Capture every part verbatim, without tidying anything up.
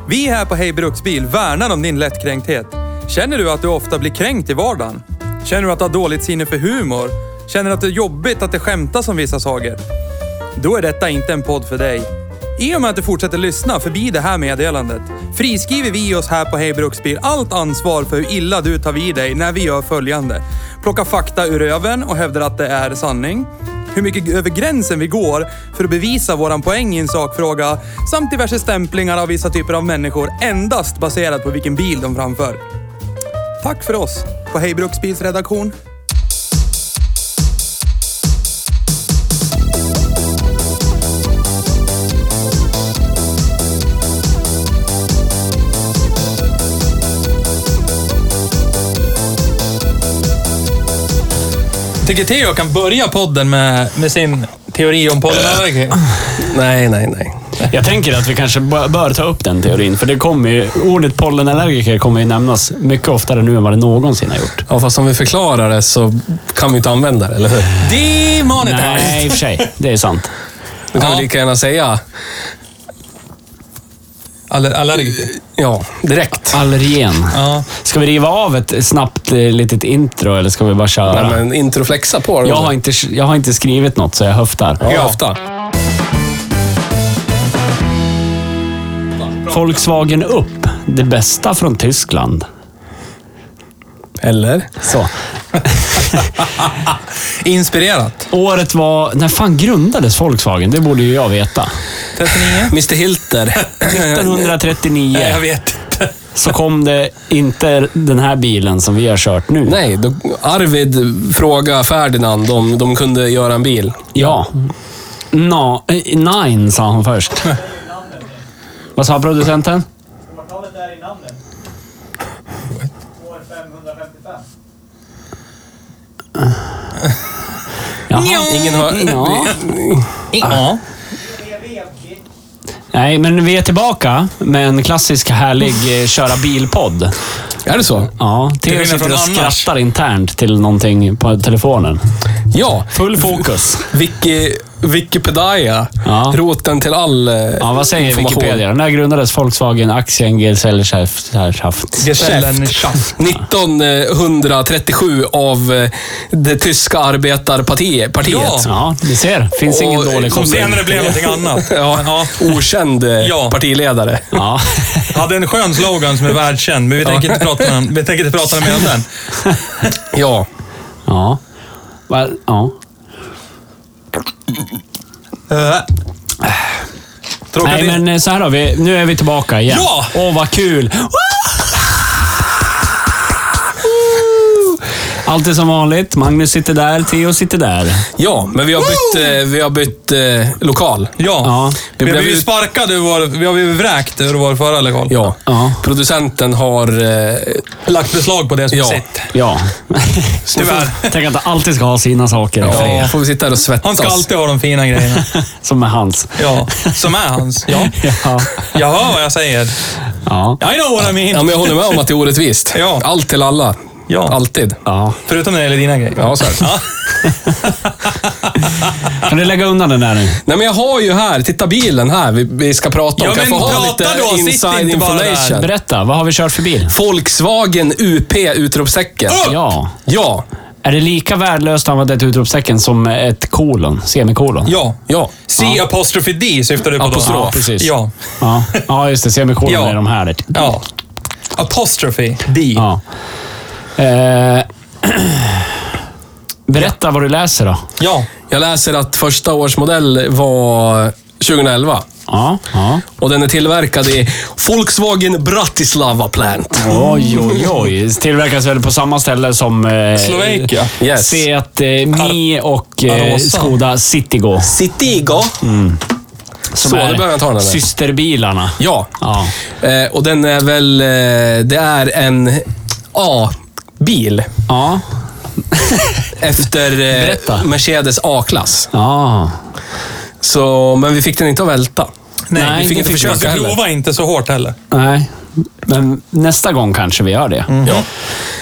Vi här på Hej Bruksbil värnar om din lättkränkthet. Känner du att du ofta blir kränkt i vardagen? Känner du att du har dåligt sinne för humor? Känner du att det är jobbigt att det skämtas om vissa saker? Då är detta inte en podd för dig. I och med att du fortsätter lyssna förbi det här meddelandet friskriver vi oss här på Hej Bruksbil allt ansvar för hur illa du tar vid dig när vi gör följande. Plocka fakta ur röven och hävdar att det är sanning. Hur mycket över gränsen vi går för att bevisa våran poäng i en sakfråga samt diverse stämplingar av vissa typer av människor endast baserat på vilken bil de framför. Tack för oss på Hej Bruksbils redaktion. Tycker Theo kan börja podden med, med sin teori om pollenallergi? Nej, nej, nej. Jag tänker att vi kanske bör ta upp den teorin. För det kommer ju, ordet pollenallergiker kommer ju nämnas mycket oftare nu än vad det någonsin har gjort. Ja, fast om vi förklarar det så kan vi inte använda det, eller hur? Demonetized! Nej, i och för sig. Det är sant. Då kan Ja. vi lika gärna säga... Aller, allergiker? Ja, direkt. Allergen. Ja. Ska vi riva av ett snabbt eh, litet intro eller ska vi bara köra? Nej, men introflexa på det. jag, har inte, jag har inte skrivit något så jag höftar. Ja, ja. Ofta. Volkswagen upp. Det bästa från Tyskland. Eller? Så. Inspirerat. Året var... När fan grundades Volkswagen? Det borde ju jag veta. trettionio? mister Hilter. nittonhundratrettionio. Nej, jag vet inte. Så kom det inte den här bilen som vi har kört nu. Nej, då Arvid frågade Ferdinand om de kunde göra en bil. Ja. No, eh, nine sa han först. Vad sa producenten? Kvartalet är i namnet. År femhundrafemtiofem. Jaha. Ingen har... Ja. Ja. Nej, men vi är tillbaka med en klassisk härlig eh, köra bilpodd. Är det så? Ja, Theo skillnad sitter och från annars. skrattar internt till någonting på telefonen. Ja. Full fokus. Wiki, Wikipedia. Ja. Roten till all eh, Ja, vad säger information. Wikipedia? När grundades Volkswagen Aktien Gesellschaft? Gesellenschaft. nittonhundratrettiosju av eh, det tyska arbetarpartiet. Partiet. Ja. Ja, du ser. Finns Och- ingen dålig Som koppling. senare blev någonting annat. Ja, Ja. okänd eh, Ja. partiledare. Ja. Hade en skön slogan som är världskänd, men vi tänker inte prata om, vi tänker inte prata mer om den. Ja. Ja. Va? Ja. Uh. Tråkigt. Nej, men så här då. Vi, nu är vi tillbaka igen. Ja! Åh, vad kul! Allt är som vanligt. Magnus sitter där, Theo sitter där. Ja, men vi har bytt, eh, vi har bytt eh, lokal. Ja. Ja. Vi har blev blivit ju- sparkade ur vår, vi har blivit vräkt ur vår förra lokal. Ja. Ja. Producenten har... Eh, Lagt beslag på det som Ja. sitt. Ja. Tyvärr. Tänk att han alltid ska ha sina saker. ja, Ja. får vi sitta här och svettas. Han ska alltid ha de fina grejerna. Som är hans. Ja, som är hans. Ja. Ja. Jag hör vad jag säger. Ja. I know what I mean. Ja, men jag håller med om att det är orättvist. Ja. Allt till alla. Ja. Alltid. Ja. Förutom när det gäller dina grejer. Ja, så här. Ja. Kan du lägga undan den där nu? Nej, men jag har ju här, titta bilen här, vi, vi ska prata om. Ja, kan jag men få ha prata lite då, sitt inside inte bara där. information? Berätta, vad har vi kört för bil? Volkswagen U P utropstecken. Ja. Ja. Är det lika värdelöst att använda ett utropstecken som ett kolon? Semikolon? Ja. Ja. C apostrophe D syftar du på då? Apostrof. Ja, precis. Ja. Ja, ja just det. Semikolon Ja. är de här. Ja. Apostrophe D. Ja. Eh, berätta vad du läser då. Ja. Jag läser att första årsmodell var tjugoelva. Ja, ja. Och den är tillverkad i Volkswagen Bratislava plant. Oj, oj, oj. Tillverkas väl på samma ställe som eh, Slovakien. Yes. Seat eh, Mi och eh, Arosa. Skoda Citigo. Citigo. Som Så, det behöver jag ta den där. systerbilarna. Ja. Ja. Eh, och den är väl... Eh, det är en A-bil. Ja. Efter eh, Berätta. Mercedes A-klass. Ja. Så, men vi fick den inte att välta. Nej, Nej, vi fick det inte fick försöka Så heller. prova inte så hårt heller. Nej. Men nästa gång kanske vi gör det. Ja.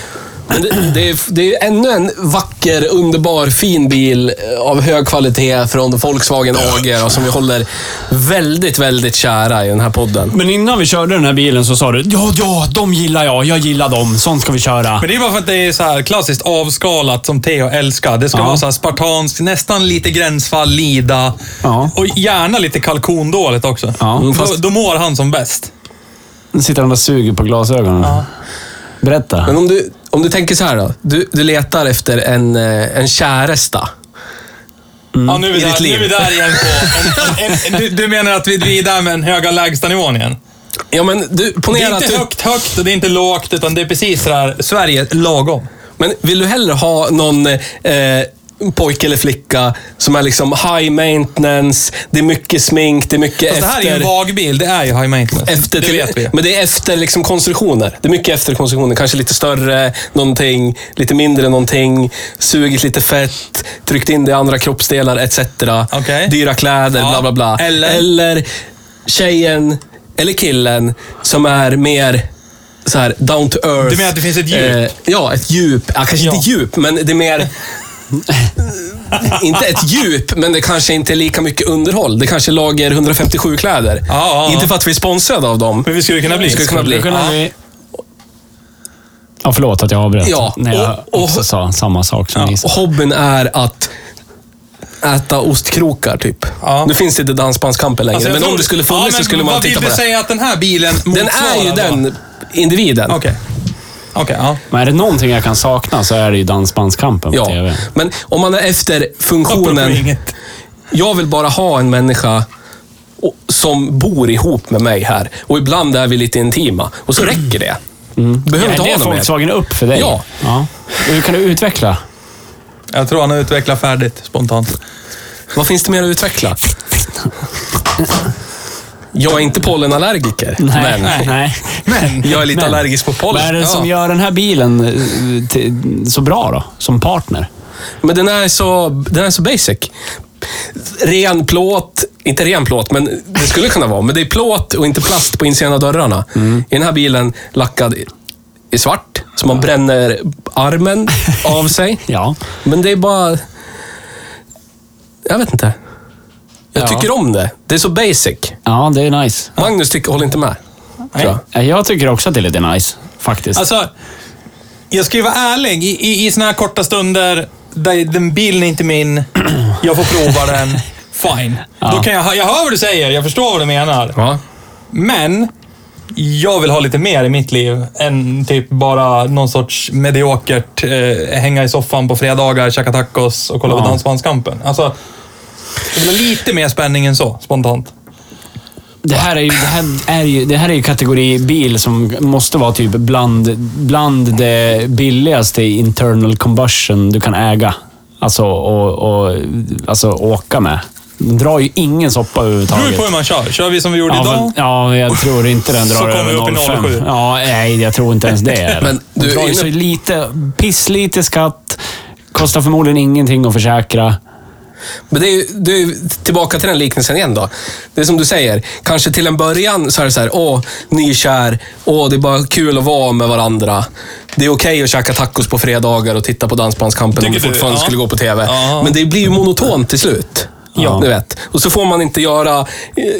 Men det, det, är, det är ännu en vacker, underbar, fin bil av hög kvalitet från Volkswagen A G som vi håller väldigt, väldigt kära i den här podden. Men innan vi körde den här bilen så sa du, ja, ja, de gillar jag, jag gillar dem, sånt ska vi köra. Men det är bara för att det är så här klassiskt avskalat som Theo älskar. Det ska Ja. vara så här spartanskt, nästan lite gränsfall, lida. Ja. Och gärna lite kalkondåligt också. Ja, då, fast- då mår han som bäst. Nu sitter han och suger på glasögonen. Ja. Berätta. Men om du, om du tänker så här då. Du, du letar efter en, eh, en käresta. Ja, nu är vi I där, ditt nu liv. är vi där igen på... En, en, en, du, du menar att vi, vi är där med en höga lägsta nivån igen? Ja, men du, Det ponera är att inte du... högt, högt och det är inte lågt, utan det är precis sådär Sverige lagom. Men vill du hellre ha någon eh, pojke eller flicka som är liksom high maintenance, det är mycket smink, det är mycket Fast det här är ju en efter... vagbil, det är ju high maintenance. Efter det till, vet vi. Men det är efter liksom konstruktioner. Det är mycket efter konstruktioner. Kanske lite större någonting, lite mindre någonting, sugit lite fett, tryckt in det i andra kroppsdelar et cetera. Okej. Dyra kläder, Ja. bla bla bla. Eller? eller tjejen eller killen som är mer så här down to earth. Du menar att det finns ett djup? Eh, ja, ett djup. Ja, kanske Ja. inte djup, men det är mer... inte ett djup, men det kanske inte är lika mycket underhåll. Det kanske lager hundrafemtiosju kläder. Ja, ja, ja. Inte för att vi är sponsrade av dem. Men vi skulle kunna bli. Vi skulle kunna bli. Skulle kunna Ja. bli... Ja, förlåt att jag avbröt. Ja, När jag och- och- också sa samma sak som ni sa. Och hobbyn är att äta ostkrokar, typ. Ja. Nu finns det inte Dansbandskampen längre, Alltså, jag men tror- om det skulle funnits ja, men så skulle man vad titta på vill det. du säga att den här bilen Den är ju motsvarar då? den individen. Okej. Okej, ja. Men är det någonting jag kan sakna så är det ju Dansbandskampen på Ja, tv. men om man är efter Apropå funktionen... inget. Jag vill bara ha en människa och- som bor ihop med mig här. Och ibland är vi lite intima. Och så räcker det. Behöver Är inte ha det något mer. Volkswagen upp för dig? Ja. ja. Hur kan du utveckla? Jag tror han har utvecklat färdigt spontant. Vad finns det mer att utveckla? Jag är inte pollenallergiker, men nej. Men, jag är lite Men. allergisk på Vad pollen. är det som Ja. gör den här bilen eh, till, så bra då? Som partner? Men den är så, den är så basic. Ren plåt, inte ren plåt, men det skulle kunna vara. Men det är plåt och inte plast på insidan av dörrarna. Mm. I den här bilen lackad i- i svart, så man bränner armen av sig. Ja. Men det är bara... Jag vet inte. Jag Ja. tycker om det. Det är så basic. Ja, det är nice. Magnus tycker, håller inte med. Nej. Tror jag. Eh, Jag tycker också att det är lite nice, faktiskt. Alltså, jag ska ju vara ärlig. I, i, i såna här korta stunder där den bilen är inte min, jag får prova den, fine. Ja. Då kan jag, jag hör vad du säger, jag förstår vad du menar. Ja. Men jag vill ha lite mer i mitt liv än typ bara någon sorts mediokert eh, hänga i soffan på fredagar, käka tacos och kolla Ja. på Dansbandskampen. Alltså, jag vill ha lite mer spänning än så, spontant. Det här är ju, det här är ju, det här är ju kategori bil som måste vara typ bland, bland det billigaste internal combustion du kan äga. Alltså, och, och, alltså åka med. Den drar ju ingen soppa Det beror ju överhuvudtaget. på hur man kör. Kör vi som vi gjorde Ja, idag? men, ja, jag tror inte den Så drar kommer vi över upp i noll komma noll fem. sju. Ja, nej, jag tror inte ens det. Men Den du, drar ju så inne- lite, pisslite skatt, kostar förmodligen ingenting att försäkra. Men det är ju det är ju tillbaka till den liknelsen igen då. Det är som du säger, kanske till en början så är det så här, åh, nykär, åh, det är bara kul att vara med varandra. Det är okej att käka tacos på fredagar och titta på Dansbandskampen om det Tycker du? fortfarande Ja. skulle gå på tv. Ja. Men det blir ju monotont till slut. Ja. Ni vet. Och så får man inte göra eh,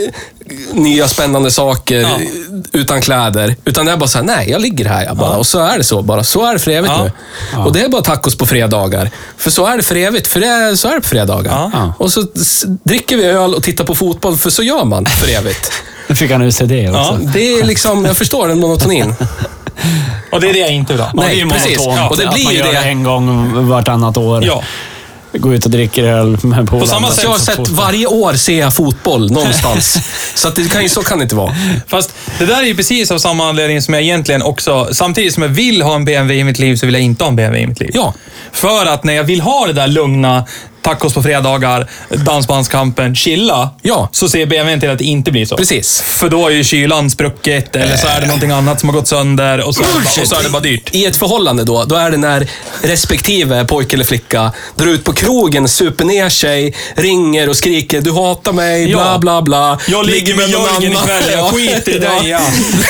nya spännande saker Ja. utan kläder. Utan det är bara så här, nej, jag ligger här jag bara. Ja. Och så är det så bara. Så är det för evigt Ja. nu. Ja. Och det är bara tacos på fredagar. För så är det för evigt. För det är, så är det på fredagar. Ja. Ja. Och så s- dricker vi öl och tittar på fotboll, för så gör man för evigt. Nu fick han U C D också. Ja. Det är liksom, jag förstår den monotonin. Och det är det jag inte vill ha. Ja, Nej, det är precis. monotont. Och det Att blir man ju gör det. en gång vartannat år. Ja. Gå ut och dricker öl med på samma sätt Jag har sett varje år se jag fotboll någonstans. Så att det kan, ju- så kan det inte vara. Fast det där är ju precis av samma anledning som jag egentligen också, samtidigt som jag vill ha en B M W i mitt liv så vill jag inte ha en B M W i mitt liv. Ja. För att när jag vill ha det där lugna, tacos på fredagar, dansbandskampen, chilla. Ja. Så ser B M W till att det inte blir så. Precis. För då är ju kylan spruckit, eller så är det någonting annat som har gått sönder och så, är det bara, och så är det bara dyrt. I ett förhållande då, då är det när respektive pojke eller flicka drar ut på krogen, super ner sig, ringer och skriker du hatar mig, bla Ja. bla bla. Jag ligger med någon Jörgen annan. ikväll, jag skiter i dig. Ja.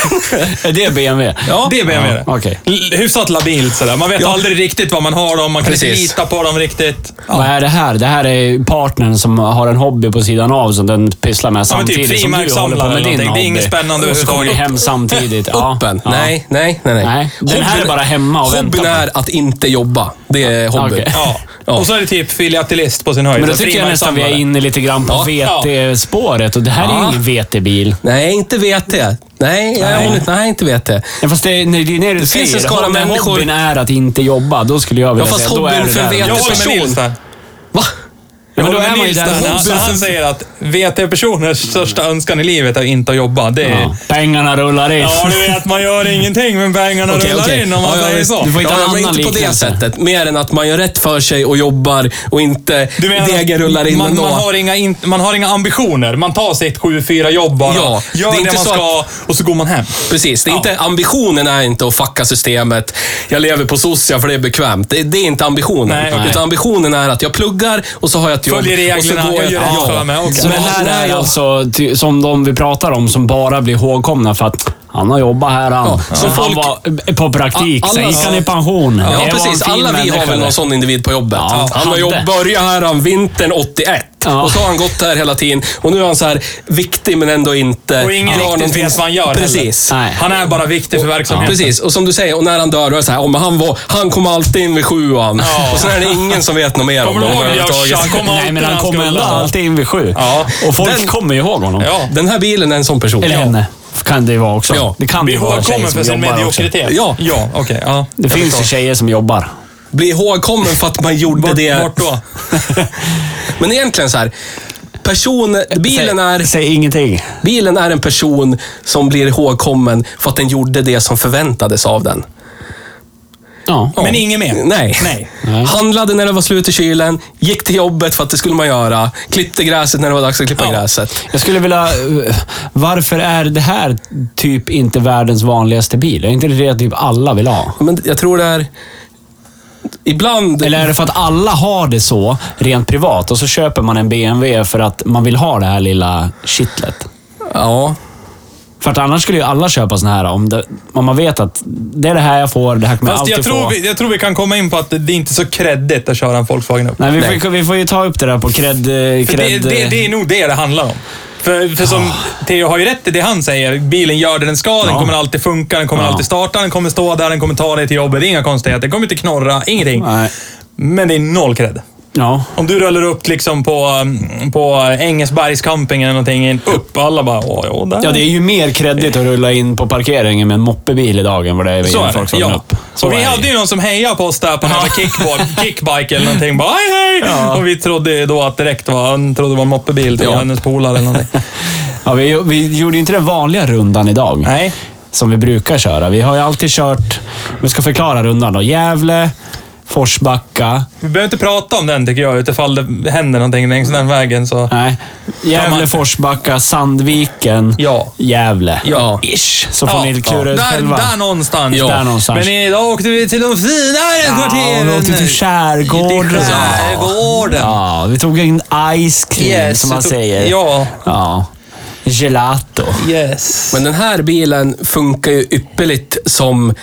Är det B M W? Ja, det är B M W. Ja, okej. L- Hyfsat labilt sådär. Man vet Ja. aldrig riktigt vad man har dem, man kan inte Precis. lita på dem riktigt. Vad är det här? Det här är partnern som har en hobby på sidan av som den pysslar med Ja, men typ samtidigt som du håller på frimärkssamlare med eller din någonting. Det är inget hobby. spännande Och så kommer ni hem samtidigt. Ja. Öppen. Ja. Nej, nej, nej, nej. Nej, den här är bara hemma och Hobbyn väntar på- är att inte jobba. Det är hobbyn. Okej. Ja. Ja. Och så är det typ filatelist på sin höjd. Men då Så tycker jag nästan vi är frimärkssamlare. inne lite grann på Ja. V T-spåret. Och det här är ju Ja. ingen V T-bil. Nej, inte V T. Nej, jag Nej. nej. nej, inte V T. Ja, fast det, när, det är när du Det säger finns en skara när människor- hobbyn är att inte jobba, då skulle jag vilja Ja, fast säga, då är hobbyn det för där. V T- Jag håller med person. Nils där. Va? Ja, men då Jag är håller man ju med Nils där. där. Hobbyn Han, han säger att V T-personers största önskan i livet är inte att jobba. Det är... Ja, pengarna rullar in. Ja, du vet, man gör ingenting, men pengarna Okej, rullar okej. in om man Ja, ja, säger visst. så. Du får inte Ja, en men annan inte på det liknelse. sättet. Mer än att man gör rätt för sig och jobbar och inte Du menar degen att rullar in man, ändå. man, har inga in, man har inga ambitioner. Man tar sitt sju fyra jobb bara. Ja, gör det är det, inte man så ska och så går man hem. Precis. Det är Ja. inte, ambitionen är inte att fucka systemet. Jag lever på socia för det är bekvämt. Det, det är inte ambitionen. Nej. Nej. Utan ambitionen är att jag pluggar och så har jag ett jobb. Följer och så reglerna, går jag gör rätt ja. för mig också. Så det här nej, är jag- alltså ty, som de vi pratar om som bara blir ihågkomna för att han har jobbat här han. Ja, Så så han folk- var på praktik, Alla- sen gick han i pension. Ja, Det var en precis. fin Alla vi har människa väl någon det. sån individ på jobbet. Ja, han har jobb, hade. börjat här han vintern åttioett. Ja. Och så har han gått här hela tiden. Och nu är han så här viktig men ändå inte. Och ingen gör riktigt någonting- vet vad han gör Precis. heller. Nej. Han är bara viktig för verksamheten. Precis, och som du säger, och när han dör, då är det så här, oh, men han, var, han kom alltid in vid sjuan. Ja. Och sen är det ingen som vet något mer om Kommer du honom ihåg överhuvudtaget. Björsa? Han kommer Nej, alltid men när han kommer skulle ändå läsa. alltid in vid sju. Ja. Och folk Den- kommer ju ihåg honom. Ja. Den här bilen är en sån person. Eller henne. Kan det ju vara också. Ja. Det kan Blir ju vara tjejer ihågkommen som för sin jobbar också. mediokritet. Ja. Ja, okej. ja. Det Jag finns ju förstår. tjejer som jobbar. Bli ihågkommen för att man gjorde Vart, det. vart då? Men egentligen så här, person, bilen, Säg, är, säg ingenting. bilen är en person som blir ihågkommen för att den gjorde det som förväntades av den. Ja. Men inget mer? Nej. Nej. Nej. Handlade när det var slut i kylen, gick till jobbet för att det skulle man göra, klippte gräset när det var dags att klippa Ja. gräset. Jag skulle vilja... uh, Varför är det här typ inte världens vanligaste bil? Är inte det typ alla vill ha? Men jag tror det är... Ibland... Eller är det för att alla har det så, rent privat, och så köper man en B M W för att man vill ha det här lilla kittlet? Ja. För att annars skulle ju alla köpa såna här om, det, om man vet att det är det här jag får, det här kommer jag Fast alltid jag tror, få. vi, jag tror vi kan komma in på att det är inte så kreddigt att köra en Volkswagen upp. Nej, vi, Nej. Får, vi får ju ta upp det där på cred... För cred det, det, det är nog det det handlar om. För, för som Theo har ju rätt i det han säger. Bilen gör det den ska, den Ja. kommer alltid funka, den kommer Ja. alltid starta, den kommer stå där, den kommer ta dig till jobbet. Det är inga konstigheter. Den kommer inte knorra, ingenting. Nej. Men det är noll cred. Ja. Om du rullar upp liksom på, på Engelsbergs camping eller någonting, upp, alla bara, åh, ja, där. Ja, det är ju mer kreddigt att rulla in på parkeringen med en moppebil idag än vad det är vid Så en är det, Volkswagen ja. upp. Så och vi är det hade ju någon som hejade på oss där på en jävla kickboard, kickbike eller någonting. Bara, hej, hej! Ja. Och vi trodde ju då att direkt var, han trodde det var en moppebil till Ja. hennes polare eller någonting. Ja, vi, vi gjorde inte den vanliga rundan idag. Nej. Som vi brukar köra. Vi har ju alltid kört, vi ska förklara rundan då. Gävle, Forsbacka. Vi behöver inte prata om den tycker jag, utifall det händer någonting längs den vägen så... Nej. Gävle, man- Forsbacka, Sandviken, Ja. Gävle. Ja. Ish. Så får ni klura ut där, själva. där någonstans. Ja. Där någonstans. Men idag åkte vi till de finare Ja, kvarteren. vi åkte till skärgården. Till skärgården. Ja, vi tog en ice cream, Yes, som man jag tog- säger. Ja. Ja. Gelato. Yes. Men den här bilen funkar ju ypperligt som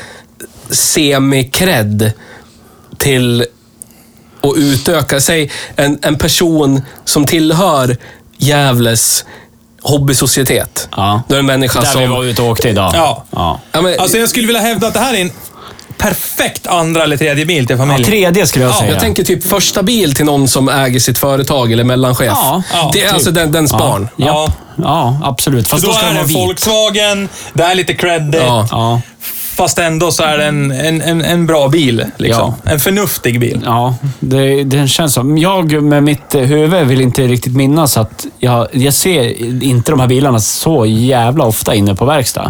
semikred till att utöka. Säg en, en person som tillhör Gävles hobbysocietet. Ja. Då är en människa Där som... vi var ute och åkte idag. Ja. Ja. Ja, men, Alltså jag skulle vilja hävda att det här är en perfekt andra eller tredje bil till Ja, familjen. tredje skulle jag Ja, säga. jag tänker typ första bil till någon som äger sitt företag eller mellanchef. Ja, ja, det är typ. alltså den, den span. Ja, Ja. ja, absolut. Fast Då då ska är den det vara en vit. Volkswagen, det är lite credit. Ja. Ja, Fast ändå så är det en, en, en, en bra bil. Liksom. En förnuftig bil. ja det, det känns som. Jag med mitt huvud vill inte riktigt minnas att jag, jag ser inte de här bilarna så jävla ofta inne på verkstad.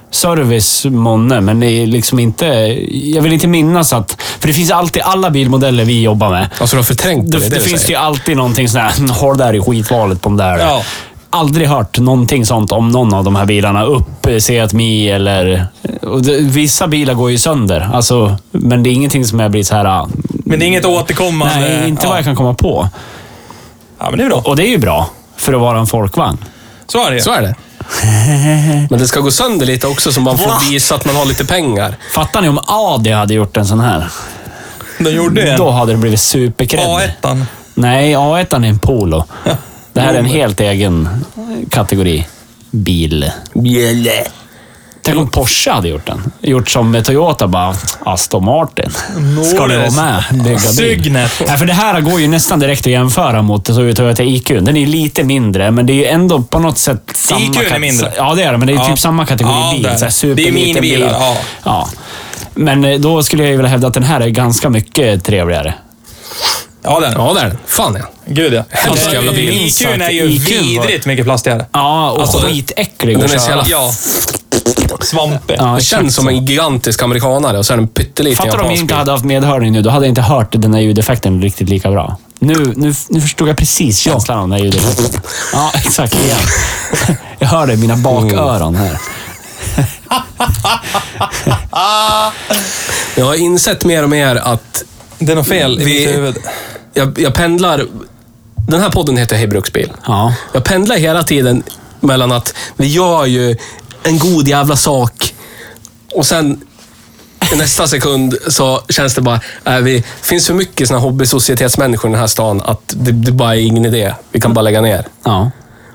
service månne, men det är liksom inte... Jag vill inte minnas att... För det finns alltid alla bilmodeller vi jobbar med. Alltså du har förträngt det, Det, det, det det finns säger. ju alltid någonting sån här, har där i skitvalet på de där. Ja. Aldrig hört någonting sånt om någon av de här bilarna. Upp, Seat Mi eller... Och det, vissa bilar går ju sönder. Alltså, men det är ingenting som är blivit så här... Men det är inget återkommande... Nej, inte vad ja. jag kan komma på. Ja, men det är bra. Och det är ju bra för att vara en folkvagn. Så är det. Så är det. Men det ska gå sönder lite också så man får visa att man har lite pengar. Fattar ni om Audi hade gjort en sån här? De gjorde en Då hade det blivit superkredd. A ett. Nej, A ett är en Polo. Det här är en helt egen kategori. Bil. Bjälle. Tänk om Porsche hade gjort den. Gjort som med Toyota, bara Aston Martin. Ska det vara med? Bygga bil. Sygnet. Nej, för det här går ju nästan direkt att jämföra mot Toyota I Q. Den är ju lite mindre, men det är ju ändå på något sätt samma... I Q är kat- mindre. Ja, det är det, men det är Ja. typ samma kategori Ja, bil. det är det. Så här superliten Det är minibilar, bil. ja. Ja. Men eh, då skulle jag ju vilja hävda att den här är ganska mycket trevligare. Ja, den. Ja, där. Fan ja. Gud ja. Hemsk Alltså, jävla bil. I Q är ju I Q var- vidrigt mycket plastigare. Ja, och Alltså, skitäcklig den att är så köra. jävla- Ja. Svampig. Ja, Det exakt känns som så. en gigantisk amerikanare och så är den pytteliten Fattar om jag japansk inte bil. hade haft medhörning nu, då hade jag inte hört den här ljudeffekten riktigt lika bra. Nu, nu, nu förstod jag precis känslan av den här ljudeffekten. Ja, exakt. Igen. Jag hör det i mina baköron här. Jag har insett mer och mer att Det är något fel i Vi- mitt huvud. jag, jag pendlar... Den här podden heter Hej Bruksbil. Ja. Jag pendlar hela tiden mellan att vi gör ju en god jävla sak och sen i nästa sekund så känns det bara, äh, vi finns för mycket såna hobbysocietetsmänniskor i den här stan att det, det bara är ingen idé. Vi kan bara lägga ner. Ja.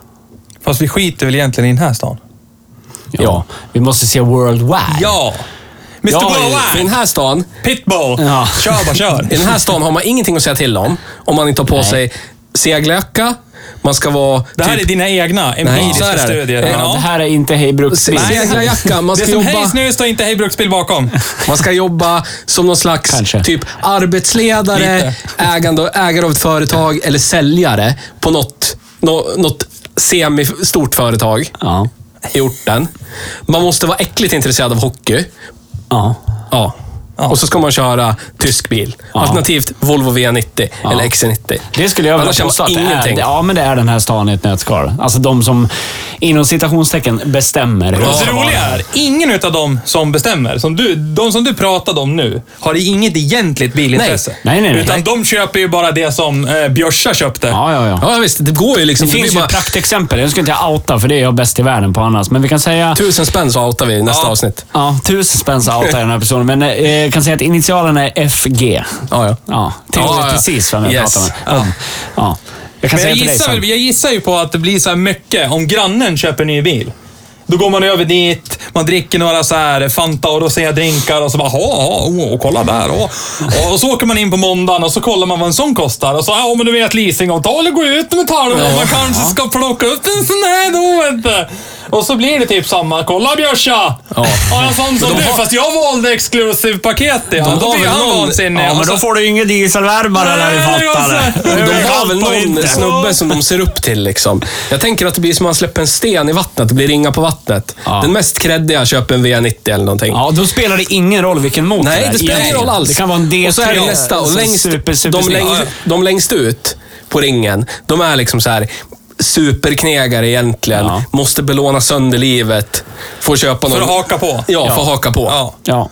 Fast vi skiter väl egentligen i den här stan? Ja. Ja. Vi måste se worldwide. Ja! mister Ja, För i Worldwide! den här stan, Pitbull! Ja. Kör bara, kör! i den här stan har man ingenting att säga till om om man inte har på Nej. sig segljacka. Man ska vara Det här typ, är dina egna Nej, så empiriska är det. studier. Ja, Ja, Ja. det här är inte Hej Bruksbil. Se- seglarjacka. Man Det ska är som jobba... Hej Snö står inte Hej Bruksbil bakom. Man ska jobba som någon slags Kanske. typ arbetsledare, Lite. ägande, ägare av ett företag eller säljare på något, nå, något semi-stort företag Ja. i orten. Man måste vara äckligt intresserad av hockey. Ja. Ja. Och så ska man köra tysk bil. Ja. Alternativt Volvo V nittio Ja. eller X C nittio. Det skulle jag vilja Annars påstå att känner det man är. ingenting. Ja, men det är den här stan i ett nötskal. Alltså de som inom citationstecken bestämmer. hur Och det det ska vara. roliga är, ingen utav dem som bestämmer, som du, de som du pratade om nu, har inget egentligt bilintresse. Nej, nej, nej. Utan de köper ju bara det som eh, Björsa köpte. Ja, ja, ja. Ja, visst. Det går ju liksom. Det Det finns blir ju bara praktexempel. Jag ska inte outa, för det är jag bäst i världen på annars. Men vi kan säga... tusen spänn så outar vi i nästa Ja. avsnitt. Ja, tusen spänn så outar jag den här personen. Men eh, jag kan säga att initialen är F G. Ja, ja. Ja, till Ja, ja. precis vem jag Yes. pratar med. Ja. Ja. Jag kan Men jag säga till dig gissar, sen. väl- jag gissar ju på att det blir så här mycket. Om grannen köper en ny bil, då går man över dit, man dricker några så här Fanta och rosédrinkar och så bara, ja, oh, och kolla där. Oh. Och så åker man in på måndagen och så kollar man vad en sån kostar. Och så, ja men du vet, leasingavtalet går ut med tolv och man kanske ska plocka upp en sån här då, inte. Och så blir det typ samma, kolla Björsa! Ja. Ja, en sån som de du, har- fast jag valde exclusive paket. Ja, De då har blir väl han någon- vansinnig. Ja, Och men så- då får du ingen dieselvärmare när vi Nej, fattar det. alltså. Det är De har kallt väl på någon vintern. snubbe som de ser upp till liksom. Jag tänker att det blir som att man släpper en sten i vattnet. Det blir ringar på vattnet. Ja. Den mest kreddiga köper en V nittio eller någonting. Ja, då spelar det ingen roll vilken motor Nej, är. det spelar ingen Egentligen. roll alls. Det kan vara en D tre. Och så är det nästa. Och så längst, super, super de, snygg. längst, de längst ut på ringen, de är liksom så här superknegare egentligen. Ja. Måste belåna sönder livet. Får köpa någon... För att haka på. Ja, för att haka på. Ja. Ja.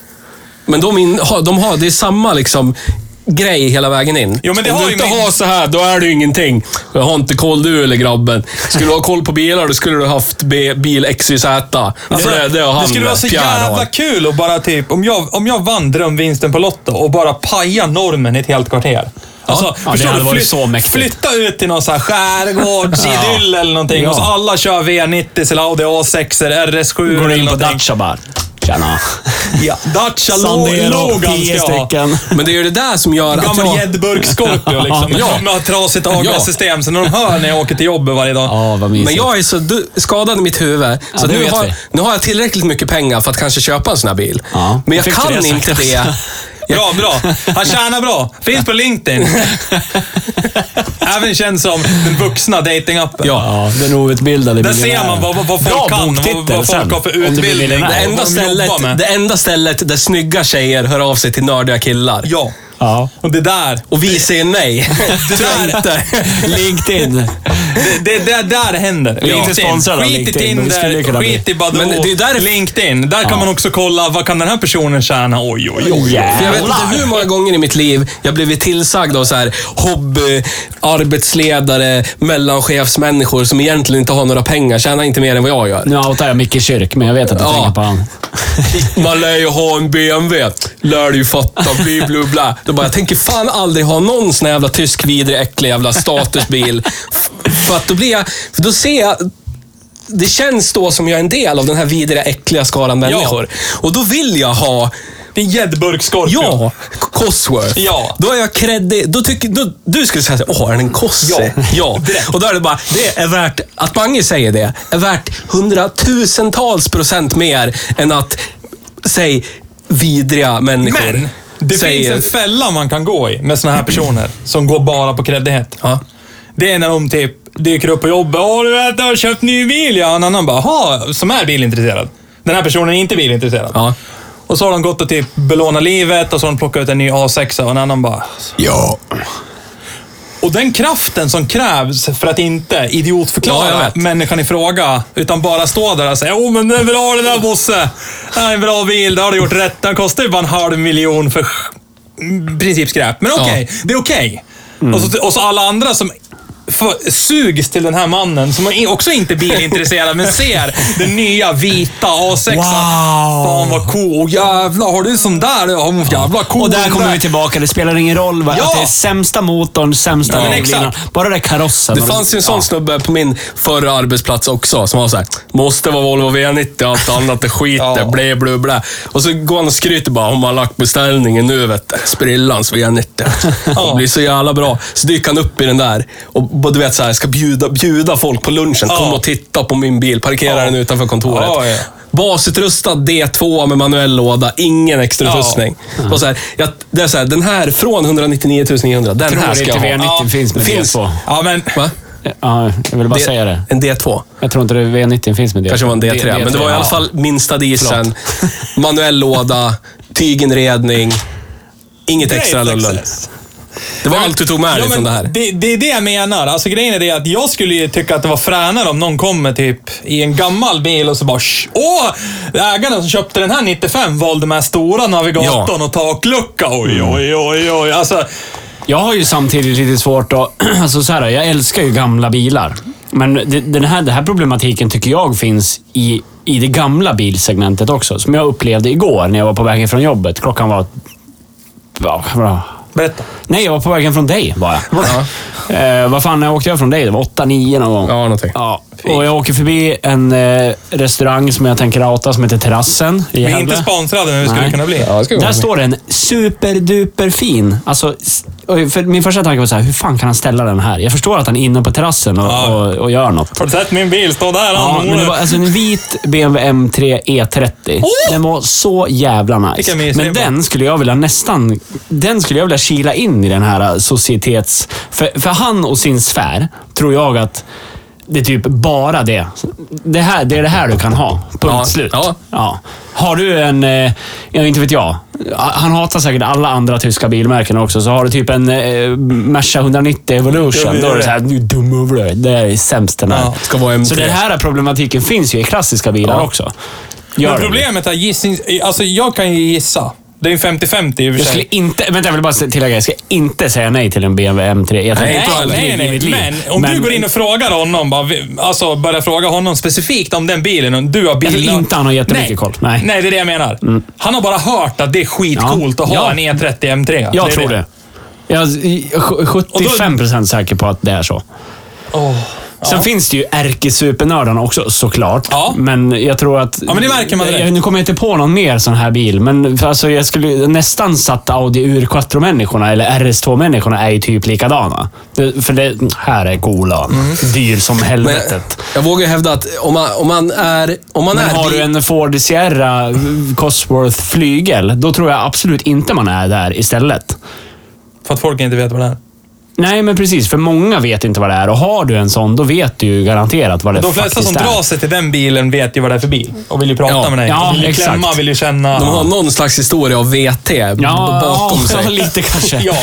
Men de, in, ha- de har, det är samma liksom grej hela vägen in. Jo, men det Om har du ju inte min- har så här, då är det ju ingenting. Jag har inte koll du eller grabben. Skulle du ha koll på bilar, då skulle du ha haft B, bil X Y Z. Alltså, det, det har han det skulle vara så Pierre har. jävla kul att bara typ, om jag, om jag vann drömvinsten på Lotto och bara paja normen i ett helt kvarter. Alltså, Ja, det förstår hade du? varit Fly- så mäktigt. Flytta ut till någon så här skärgårdsidyll eller någonting Ja. och så alla kör V nittio eller Audi A sex R S sju Går eller in på någonting. Dacia bara. Tjena. Ja, Dacia Sandero, Logan tio ska jag ha. stycken. Men det är ju det där som gör att Gammal jag... gäddburk Scorpio liksom. Ja. Med ett trasigt avgassystem. Så när de hör när jag åker till jobbet varje dag. Ja, vad mysigt. Men jag är så du, skadad i mitt huvud. Ja, Så det nu, vet har, vi. nu har jag tillräckligt mycket pengar för att kanske köpa en sån här bil. Ja, Men jag fick du kan det sagt inte också? det Bra, bra. Han tjänar bra. Finns på LinkedIn. Även känns som den vuxna datingappen. Ja, den outbildade Där ser man vad, vad folk Bra kan, vad, vad folk sen, har för om du blir utbildning. miljonär. Det enda, vad de stället, jobbar med. det enda stället där snygga tjejer hör av sig till nördiga killar. Ja. Ja. Och det där. Och vi säger nej. Det där. inte. LinkedIn. Det, det, det är där det händer. Vi är inte sponsrade av Skit i LinkedIn, men vi skulle Tinder, kunna bli. skit i Badoo, Men det är där det- LinkedIn. Där kan man också kolla, vad kan den här personen tjäna? Oj, oj, oj. Yeah. För jag vet inte hur många gånger i mitt liv jag blivit tillsagd av så här hobby, arbetsledare, mellanchefsmänniskor som egentligen inte har några pengar, tjänar inte mer än vad jag gör. Nu outar jag Micke Kyrk, men jag vet att du Ja. tänker på han. Man lär ju ha en B M W. Lär du ju fatta, bli bla bla. Då bara, jag tänker fan aldrig ha någon sån jävla tysk, vidrig, äcklig jävla statusbil. F- för att då blir jag, för då ser jag, det känns då som jag är en del av den här vidriga, äckliga skaran människor. Och då vill jag ha, Det är gäddburk Scorpio. ja, Cosworth. Ja. Då är jag creddig, då tycker, då, du skulle säga, åh, är den en Cossi? Ja. Ja. Och då är det bara, det är värt, att Mange säger det, är värt hundratusentals procent mer än att, säg, vidriga människor. Men det säger, finns en fälla man kan gå i med såna här personer som går bara på kreddighet. Ja. Det är när de typ dyker upp på jobbet. Åh, du vet, jag har köpt ny bil. Ja, en annan bara, ha, som är bilintresserad. Den här personen är inte bilintresserad. Ja. Och så har de gått och typ belånat livet och så har de plockat ut en ny A sex och en annan bara... Ja. Och den kraften som krävs för att inte Ja, jag idiotförklara vet. människan i fråga, utan bara stå där och säga, åh, men det är bra det där, Bosse. Det är en bra bil, det har du gjort rätt. Den kostar ju bara en halv miljon för sk- principskräp. Men okej, det är okej. Och, så, och så alla andra som får, sugs till den här mannen, som är också inte bilintresserad, men ser den nya vita A sex. Wow. Fan vad cool. Jävlar, har du sån där? Ja, jävla cool. Och där den kommer vi tillbaka. Det spelar ingen roll vad, Ja. att det är sämsta motorn, sämsta Ja, men väglinan. exakt. Bara det karossen. Det och fanns ju en sån ja. snubbe på min förra arbetsplats också som var så här: måste vara Volvo V nittio, allt annat är skit, Ja. blä, blä, blä. Och så går han och skryter bara om man har lagt beställningen nu, vet du. Sprillans V nittio. Det blir så jävla bra. Så dyker han upp i den där och du vet så här, ska bjuda, bjuda folk på lunchen. Ja. Kom och titta på min bil, parkera Ja. den utanför kontoret. Ja, ja. Basutrustad D två med manuell låda, ingen extra Ja. utrustning. Och så här, jag, det är så här, den här från etthundranittionio tusen niohundra, den Jag här tror ska inte jag V ha. nittio Ja, finns med finns. D två. Ja, men... Va? Ja, jag vill bara D- säga det. En D två. Jag tror inte det V nittio finns med D två. Kanske var en D tre, D- men det var i alla ja. fall minsta dieseln, manuell låda, tyginredning, inget extra Great lullull. success. Det var allt du tog med dig Ja, från men det här. Det, det är det jag menar. Alltså grejen är det att jag skulle ju tycka att det var fränare om någon kommer typ i en gammal bil och så bara "Sh, åh, ägaren som köpte den här nittiofem valde med stora navigatorn Ja. och taklucka. Oj, oj, oj, oj. Alltså, Jag har ju samtidigt lite svårt att... Alltså så här, jag älskar ju gamla bilar. Men det, den här, den här problematiken tycker jag finns i, i det gamla bilsegmentet också. Som jag upplevde igår när jag var på vägen från jobbet. Klockan var... Ja, bra. berätta. Nej, jag var på vägen från dig bara. Eh, vad fan, när åkte jag från dig? Det var åtta, nio någon gång. Ja, någonting. Ja. Och jag åker förbi en eh, restaurang som jag tänker outa som heter Terrassen i Vi är Gävle. inte sponsrade, men vi skulle Nej. kunna bli. Ja, det ska vi Där vara. står det en superduper fin. Alltså, s- och för min första tanke var så här, hur fan kan han ställa den här? Jag förstår att han är inne på terrassen och, Ja. och, och gör något. Har du sett min bil? Stå där. Ja, han men det var alltså en vit B M W M tre E trettio. Oh! Den var så jävla nice. Vilken mysig Men bil. den skulle jag vilja nästan... Den skulle jag vilja kila in i den här societets... För, för han och sin sfär tror jag att det är typ bara det. Det, här, det är det här du kan ha. Punkt Ja, slut. ja. Ja. Har du en... eh, Jag inte vet jag. Han hatar säkert alla andra tyska bilmärken också. Så har du typ en eh, Merca etthundranittio Evolution. Då är det så här, du är dum i huvudet. Det är sämst den här. Ja, ska vara M tre. Så den här problematiken finns ju i klassiska bilar Ja. också. Gör Men det. problemet är gissning... Alltså, jag kan ju gissa. Det är en femtio femtio i och för Jag skulle sig. inte... Vänta, jag vill bara tillägga. Jag ska inte säga nej till en B M W M tre. Jag Nej, tänker inte aldrig Nej, i nej, mitt nej. liv. Men om du går in och frågar honom, bara, vi- alltså börjar fråga honom specifikt om den bilen och du har Jag bilen. tror inte han har jättemycket nej. koll. Nej. Nej, det är det jag menar. Han har bara hört att det är skitcoolt Ja. att ha Ja. en E trettio M tre. Jag tror det. Jag är sjuttiofem procent säker på att det är så. Åh. Sen Ja. finns det ju ärkesupernördarna också, såklart. Ja. Men jag tror att... Ja, men det märker man direkt. jag, Nu kommer jag inte på någon mer sån här bil, men för alltså, jag skulle nästan satt Audi Ur Quattro-människorna eller R S två-människorna är ju typ likadana. Det, för det här är coola. Mm. Dyr som helvetet. Jag vågar hävda att om man, om man är... Om man Men är har bil- du en Ford Sierra Cosworth flygel, då tror jag absolut inte man är där istället. För att folk inte vet vad det är. Nej, men precis. För många vet inte vad det är. Och har du en sån, då vet du ju garanterat vad det De flesta faktiskt som är. drar sig till den bilen vet ju vad det är för bil. Och vill ju prata Ja. med dig. Ja, vill ju exakt. klämma, vill ju känna. De har någon slags historia av V T Ja, bakom ja, sig. lite kanske. Ja.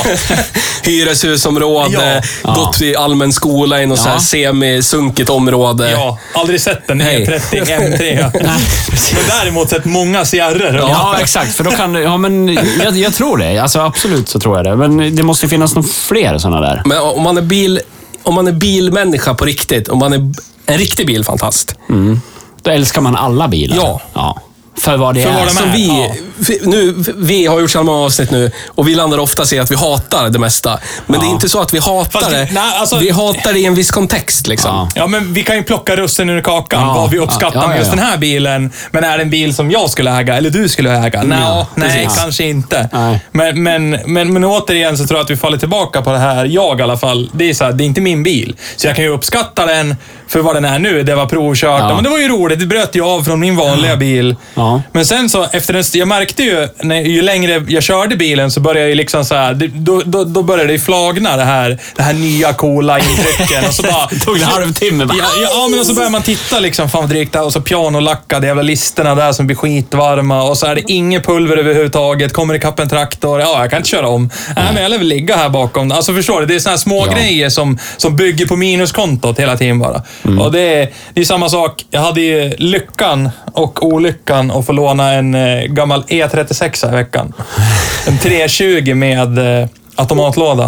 Hyreshusområde, Ja. gått i allmän skola i något Ja. så här semi-sunkigt område. Ja, aldrig sett en Nej. E trettio M tre. Nej, precis. Men däremot sett många Sierror. Ja, exakt. För då kan du... Ja, men jag, jag tror det. Alltså, absolut så tror jag det. Men det måste finnas nog fler sådana där. Men om man är bil, om man är bilmänniska på riktigt, om man är en riktig bilfantast. Mm. Då älskar man alla bilar. Ja. ja. För vad det För är. vad de Som är. vi, Ja. vi- nu, vi har gjort samma avsnitt nu och vi landar ofta i att vi hatar det mesta. Men det är inte så att vi hatar Fast det- det. nej, alltså- vi hatar det i en viss kontext. Liksom. Ja. Ja, men vi kan ju plocka russin ur kakan. Ja, Vad vi uppskattar ja, ja, med just ja. den här bilen. Men är det en bil som jag skulle äga eller du skulle äga? Nå, Ja, nej, precis. kanske inte. Nej. Men, men, men, men återigen så tror jag att vi faller tillbaka på det här. Jag i alla fall. Det är så här, det är inte min bil. Så jag kan ju uppskatta den för vad den är nu. Det var provkört. Ja. Men det var ju roligt. Det bröt ju av från min vanliga bil. Ja. Men sen så, efter en st- jag märkte ju, när, ju längre jag körde bilen så började jag ju liksom så här, det- då, då, då började det ju flagna det här, det här nya coola intrycken. Och så bara, Tog det halvtimme bara. Ja, ja, ja, men och så börjar man titta liksom, fan vad drygt det är. Och så pianolackade jävla listerna där som blir skitvarma. Och så är det inget pulver överhuvudtaget. Kommer ikapp en traktor. Ja, jag kan inte köra om. Nej, men jag lär väl ligga här bakom. Alltså förstår du, det är såna här små Ja. grejer som, som bygger på minuskontot hela tiden bara. Och det är, det är samma sak. Jag hade ju lyckan och olyckan att få låna en eh, gammal E trettiosex i veckan. En trehundratjugo med eh, automatlåda.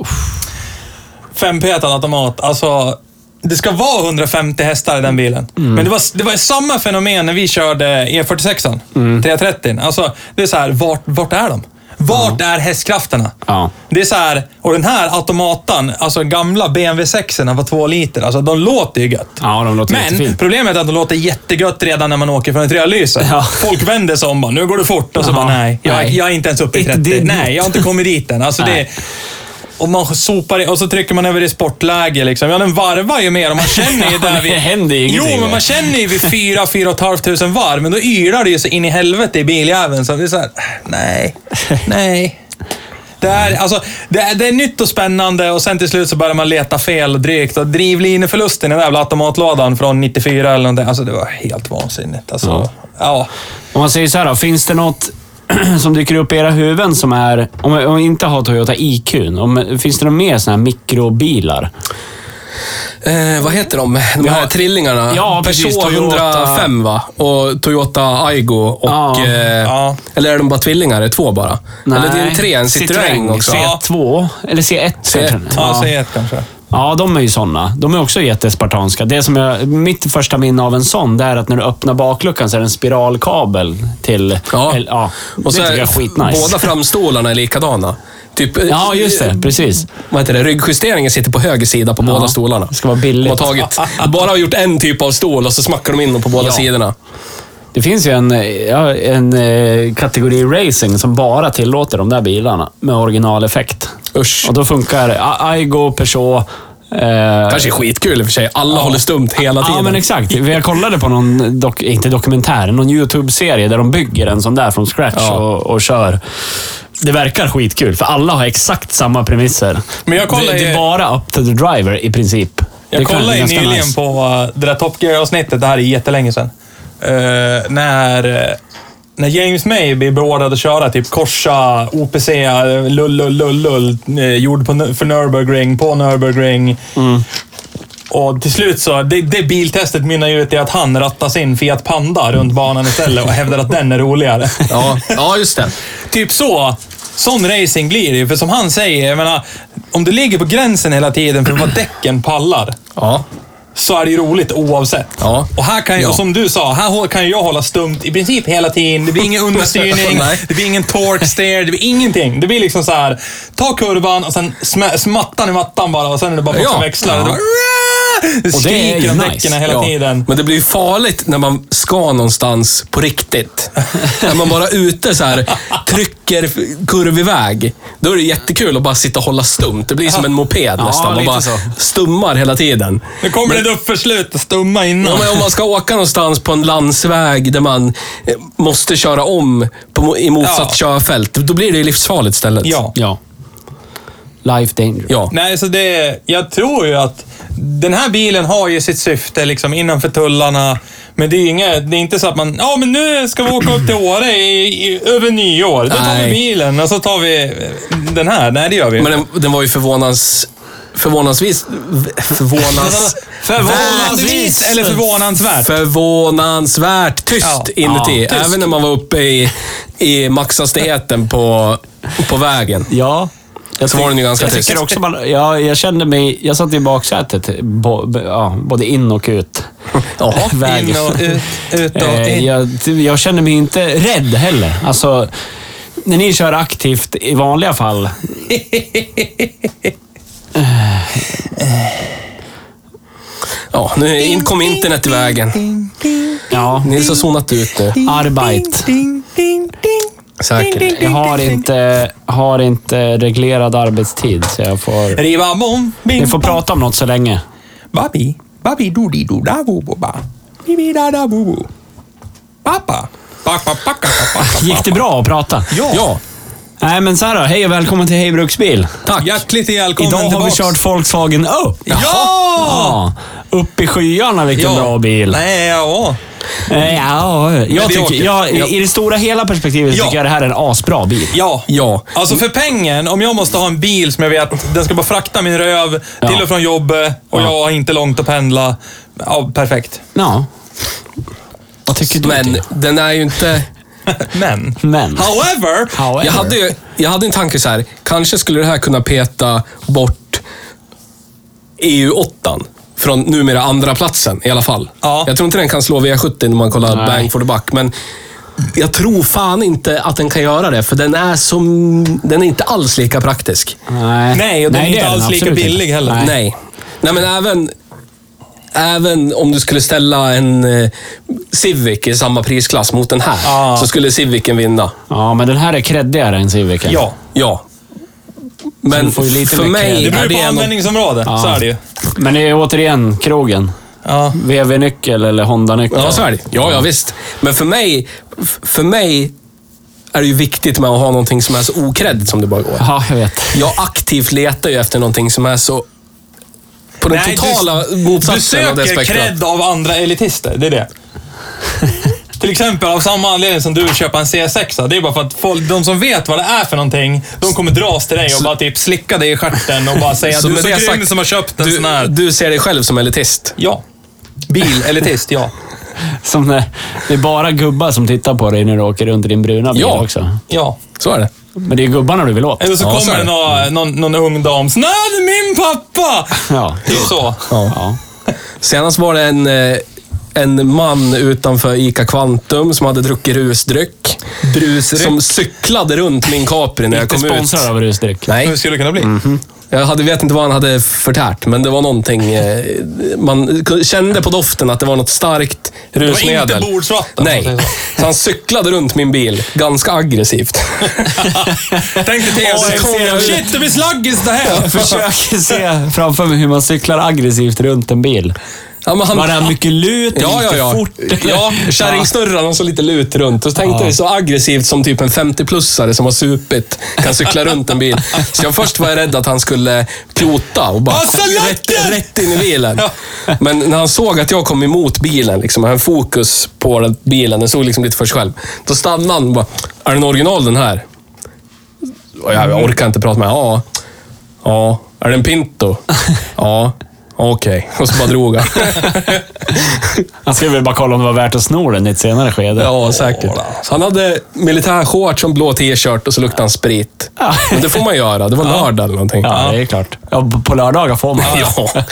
Fempetad automat. Alltså, det ska vara hundrafemtio hästar i den bilen. Men det var, det var samma fenomen när vi körde E fyrtiosex, trehundratrettio. Alltså, det är så här, vart, vart är de? Vart är hästkrafterna? Ja. Det är så här, och den här automatan, alltså gamla B M W sexorna var två liter, alltså de låter ju gött. Ja, de låter Men jättefint. problemet är att de låter jättegött redan när man åker från ett rödlyse. Ja. Folk vänder sig om bara, nu går det fort. Och så Jaha, bara, nej, jag, nej. jag är inte ens uppe i It trettio. did Nej, not. jag har inte kommit dit än. Alltså det, Nej. och man sopar i, och så trycker man över i sportläge liksom. Ja, den varvar ju mer och man känner ju Ja, där det vid... händer ju ingenting Jo, men med. man känner ju vid fyra, fyra och ett halvt tusen varv. Men då yrar det ju så in i helvete i biljäveln. Så det är så här, nej, nej. Det är, alltså, det, är, det är nytt och spännande och sen till slut så börjar man leta fel och drygt. Och drivlineförlusten i den där jävla automatlådan från nittiofyra eller någonting. Alltså det var helt vansinnigt. Alltså, ja. ja. Om man säger så här då, finns det något som dyker upp i era huvuden som är, om man, om man inte har Toyota I Q, om, finns det några mer såna här mikrobilar? Eh, vad heter de? De här Ja. trillingarna. Ja, precis. Peugeot Toyota. hundrafem va? Och Toyota Aygo. Och, Ja. eh, Ja. Eller är de bara tvillingar? Är det två bara? Eller det är en tre, en Citroën också. C två, eller C ett. C ett. kanske. Ja, Ja. C ett kanske. Ja, de är ju såna. De är också jättespartanska. Det som jag, mitt första minne av en sån, det är att när du öppnar bakluckan så är det en spiralkabel till... Ja. el- ja. Och Det så tycker jag är är skitnice. båda framstolarna är likadana. Typ, Ja, just det. Precis. Vad heter det? Ryggjusteringen sitter på höger sida på Ja. båda stolarna. Det ska vara billigt. De har tagit, bara har gjort en typ av stol och så smackar de in dem på båda Ja. sidorna. Det finns ju en, ja, en eh, kategori racing som bara tillåter de där bilarna med originaleffekt. Usch. Och då funkar A- Aygo, Peugeot... Eh, Kanske är skitkul i och för sig. Alla håller stumt hela tiden. Ja, men exakt. Jag kollade på någon, dok, inte dokumentär, någon YouTube-serie där de bygger en sån där från scratch Ja. och, och kör. Det verkar skitkul, för alla har exakt samma premisser. Men jag kollar det, det i- är bara up to the driver i princip. Jag Det kan- kollade ju ganska nyligen nice. på uh, det där Top Gear-avsnittet, det här är jättelänge sedan. Uh, när, uh, när James May blir beordrad att köra typ korsa O P C, lull, lull, lull, lull, uh, gjord på, för Nürburgring, på Nürburgring. Mm. Och till slut så, det, det biltestet mynnar ju ut i att han rattar sin Fiat Panda runt banan istället och hävdar att den är roligare. Ja, ja, just det. Typ så. Sån racing blir det ju. För som han säger, jag menar, om du ligger på gränsen hela tiden för vad däcken pallar, Ja. så är det ju roligt oavsett. Ja. Och här kan ju, Ja. och som du sa, här kan ju jag hålla stumt i princip hela tiden. Det blir ingen understyrning, Nej. det blir ingen torque steer, det blir ingenting. Det blir liksom så här: ta kurvan och sen sm- smattan i mattan bara och sen är det bara att Ja. växla. Ja. Det bara, Det Och det är skriker om nice. däcken hela Ja, tiden. men det blir ju farligt när man ska någonstans på riktigt. När man bara ute så här trycker kurv iväg. Då är det jättekul att bara sitta och hålla stumt. Det blir som en moped Ja, nästan. Man lite bara så. stummar hela tiden. Nu kommer det ett uppförslut och stumma innan. Ja, men om man ska åka någonstans på en landsväg där man eh, måste köra om på, i motsatt Ja. körfält, då blir det ju livsfarligt istället. Ja. Ja. Life danger. Ja. Nej, så det, jag tror ju att den här bilen har ju sitt syfte liksom innanför tullarna. Men det är, inget, det är inte så att man, ja men nu ska vi åka upp till Åre i, i, över nyår. Då tar Nej. vi bilen och så tar vi den här. Nej, det gör vi Men inte. den, den var ju förvånans, förvånansvis... Förvånans... Förvånansvis eller förvånansvärt? Förvånansvärt tyst Ja. inuti. Ja, tyst. Även när man var uppe i, i maxhastigheten på, på vägen. Ja. Jag Så var den ju ganska jag tyst. tycker också man, ja, jag kände mig... Jag satt i baksätet, bo, ja, både in och ut. Jaha. Vägen. In och ut, ut och Eh, in. jag, jag känner mig inte rädd heller. Alltså, när ni kör aktivt i vanliga fall... Ja, nu in- kom internet i vägen. Ja, Nils har zonat ut nu. arbeit. Säkert. Jag har inte, har inte reglerad arbetstid, så jag får... Riva bom, bim, Ni får bam. prata om något så länge. Babi, babi, dodi, doda, bo, bo, ba. Bibi, da, da, bo, bo. Pappa. Pappa, pappa, pappa. Gick det bra att prata? Ja. Ja, Nej, men så här då. Hej och välkommen till Hej Bruksbil. Tack. Hjärtligt välkommen Idag har tillbaks. vi kört Volkswagen Up. Ja! Ja, upp i skyarna, vilken bra bil. Nej, ja. Eh, Ja, jag vi tycker, åker. jag, Ja. i det stora hela perspektivet Ja. tycker jag det här är en asbra bil. Ja. ja. Alltså för pengen, om jag måste ha en bil som jag vet, den ska bara frakta min röv Ja. till och från jobbet och Ja. jag har inte långt att pendla. Ja, perfekt. Ja. Vad tycker du? Men Theo? den är ju inte... Men, Men. however, However. Jag hade, ju, jag hade en tanke så här. Kanske skulle det här kunna peta bort E U åtta från numera andra platsen i alla fall. Ja. Jag tror inte den kan slå V sjuttio när man kollar Nej. bang for the buck. Men jag tror fan inte att den kan göra det. För den är, som, den är inte alls lika praktisk. Nej, nej, och den är det inte alls lika absolut billig inte. heller. Nej. Nej. Nej, men även... Även om du skulle ställa en eh, Civic i samma prisklass mot den här, Ja. så skulle Civicen vinna. Ja, men den här är creddigare än Civicen. ja. Ja. Så Men du får ju lite för mer mig cred. Det beror är på det en... användningsområde, Ja. så är det ju. Men det är återigen krogen. Ja. V V-nyckel eller Honda-nyckel. Ja, så är det. Ja, ja, visst. Men för mig, f- för mig är det ju viktigt med att ha någonting som är så okreddigt som det bara går. Ja, jag vet. Jag aktivt letar ju efter någonting som är så... På den Nej, totala du, motsatsen av du det söker spektrat. cred av andra elitister, det är det. Till exempel av samma anledning som du köper en C sex. Det är bara för att folk, de som vet vad det är för någonting, de kommer dras till dig och bara typ slicka dig i stjärten och bara säga att Så du är med så det grym sagt, som har köpt en Du, sån här. du ser dig själv som elitist. Ja. Bil-elitist, ja. Som när, det är bara gubbar som tittar på dig när du åker runt i din bruna bil Ja. också. Ja. Så är det. Men det är gubbarna du vill åt. Eller så Ja, så kommer är det det. någon, någon, någon ung dam. Nej, det är min pappa! Ja. Det är så. Ja. Senast var det en, eh, en man utanför ICA Quantum som hade druckit rusdryck. Brusdryck. Som cyklade runt min Capri när jag Inte kom ut. sponsrad av rusdryck. Nej. Hur skulle det kunna bli? Jag hade, vet inte vad han hade förtärt, men det var någonting... Eh, man kände på doften att det var något starkt Det var rusmedel. inte bordsvatten. Nej. så. Så han cyklade runt min bil, ganska aggressivt. Tänk dig till. Åh, jag ser- Shit, det blir slaggis det här. Jag försöker se framför mig hur man cyklar aggressivt runt en bil. Ja, men han, Man har mycket lut, Ja, ja, lite ja. fort. Ja, kärringsnurran och så lite lut runt. Och så tänkte Ja. jag så aggressivt som typ en femtio-plussare som har supit kan cykla runt en bil. Så jag först var jag rädd att han skulle klota och bara Passa rätt, läcken! rätt in i bilen. Men när han såg att jag kom emot bilen, liksom, en fokus på den bilen, den såg liksom lite för sig själv. Då stannade han och bara, är den original den här? Och jag, jag orkar inte prata med honom. Ja. Ja. Är det en Pinto? Ja. Okej. Och så bara drog han. Han skulle väl bara kolla om det var värt att sno den i ett senare skede. Ja, säkert. Han hade militärshorts som blå t-shirt och så luktade han sprit. Ja. Men det får man göra. Det var lördag eller någonting. Ja, det är klart. Ja, på lördagar får man. Ja.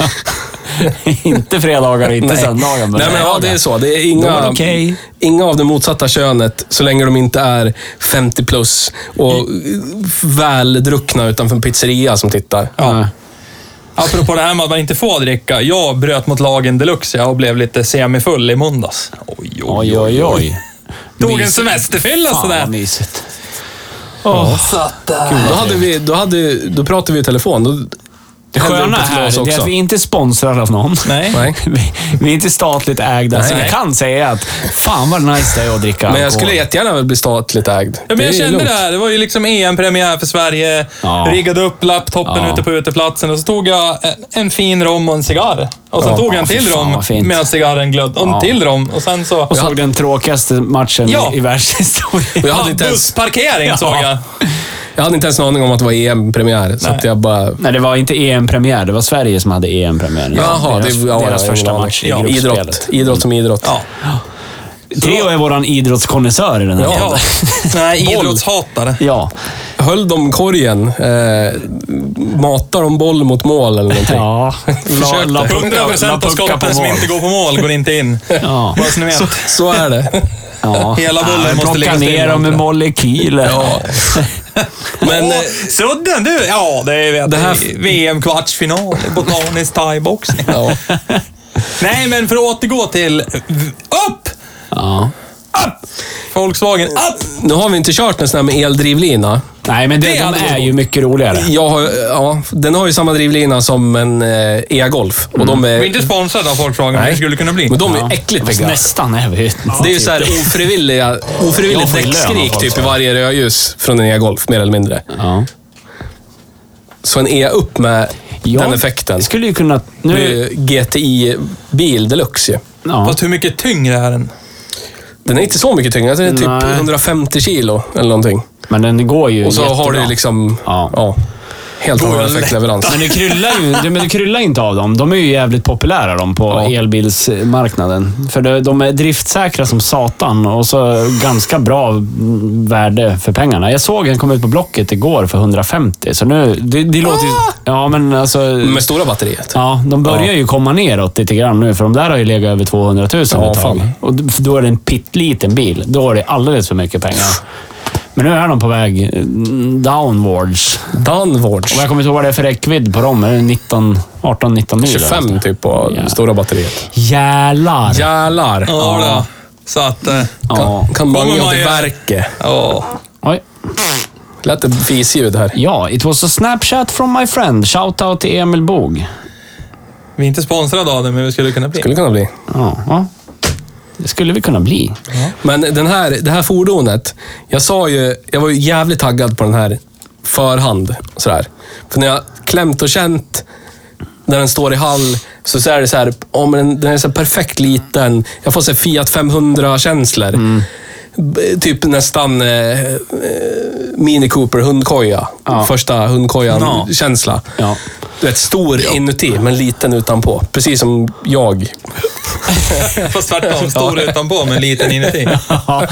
Inte fredagar och inte Nej. söndagar. Men Nej, men ja, det är så. Det är Då inga, var det okej. inga av det motsatta könet, så länge de inte är femtio plus och väldruckna utanför en pizzeria som tittar. Ja. Apropå det här med att man inte får dricka. Jag bröt mot lagen deluxe ja, och blev lite semifull i måndags. Oj, oj, oj. oj. Tog en semesterfylla sådär. Fan vad mysigt. Oh. Då, hade vi, då, hade, då pratade vi i telefon. Då, det sköna här är att vi inte sponsrar av någon. Nej. Nej. Vi, vi är inte statligt ägda. Nej. Så vi kan säga att fan vad nice det är att dricka. Men jag skulle jättegärna vilja bli statligt ägd. Ja, men jag kände lugnt. Det här. Det var ju liksom E M-premiär för Sverige. Ja. Riggade upp laptopen ja. ute på uteplatsen och så tog jag en, en fin rom och en cigarr. Och sen ja. tog jag en till rom medan cigarren glöd. Och en ja. till rom. Och sen så... Och såg den tråkigaste matchen ja. i, i världshistorien. Jag hade inte ens... Bussparkering ja. såg jag. Jag hade inte ens en aning om att det var E M-premiär. Så att jag bara... Nej, det var inte E M-premiär. Det var Sverige som hade E M-premiär. Jaha, deras, det var deras första match i ja, idrott. Idrott som idrott. Ja. Theo är våran idrottskonnässör i den här ja. podden. Nej, idrottshatare. Ja. Höll de korgen? Eh, matar de boll mot mål eller någonting? Ja. hundra procent av skotten som inte går på mål går inte in. Ja. Bara så ni vet. Så, så är det. Ja. Hela bollen ja, måste ligga ner dem med molekyler. Ja. Men oh, Sudden, du. Ja, det är det här V M-kvartsfinal i botanisk thai-boxning. Ja. Nej, men för att återgå till upp! Ja. Upp! Volkswagen, upp! Nu har vi inte kört en sån här med eldrivlina. Nej, men det, det de är ju mycket roligare. Jag har, ja, den har ju samma drivlina som en eh, e-golf. Och mm. de är... Vi är inte sponsrade av Volkswagen, men det skulle kunna bli. Men de är ja. äckligt vägga. Nästan är vi. Ja, det är ju så här ofrivilliga, ofrivilligt däckskrik typ i varje rödljus från en e-golf, mer eller mindre. Ja. Så en E upp med ja, den effekten. Skulle ju kunna... Nu... G T I-bil deluxe ju. Ja. Fast hur mycket tyngre är den? Den är inte så mycket tyngre. Den är typ Nej. hundrafemtio kilo eller någonting. Men den går ju och så jättebra. Har du liksom... Ja. ja helt annan effektleverans. Men det kryllar ju men det kryllar inte av dem. De är ju jävligt populära de på ja. elbilsmarknaden. För de, de är driftsäkra som satan och så ganska bra värde för pengarna. Jag såg en kom ut på Blocket igår för hundrafemtio. Så nu, det, det låter ju... Ja, men alltså... Med stora batteriet. Ja, de börjar ja. ju komma neråt lite grann nu. För de där har ju legat över tvåhundratusen ja, ett tag. Fan. Och då är det en pittliten bil. Då är det alldeles för mycket pengar. Men nu är de på väg downwards. Downwards. Och jag kommer inte ihåg vad det är för räckvidd på dem. Är det nitton, arton nitton mil? tjugofem typ på ja. stora batteriet. Jälar. Jälar. Ja, ja. Så att... Eh, ja. Kan, kan man göra till verket. Ja. Oj. Lät ett fisljud här. Ja, it was a snapchat from my friend. Shout out till Emil Bog. Vi är inte sponsrade av det, men vi skulle kunna bli. Skulle kunna bli. Ja, ja. Det skulle vi kunna bli. Ja. Men den här, det här fordonet, jag sa ju, jag var ju jävligt taggad på den här förhand. Sådär. För när jag klämt och känt när den står i hall så, så är det så här, om den, den är så perfekt liten. Jag får så Fiat femhundra-känslor. Mm. Typ nästan eh, Mini Cooper hundkoja. Ja. Första hundkojan-känsla. No. Ja. Du vet, stor ja. inuti, men liten utanpå. Precis som jag. Fast tvärtom, stor ja. utanpå, men liten inuti. Ja.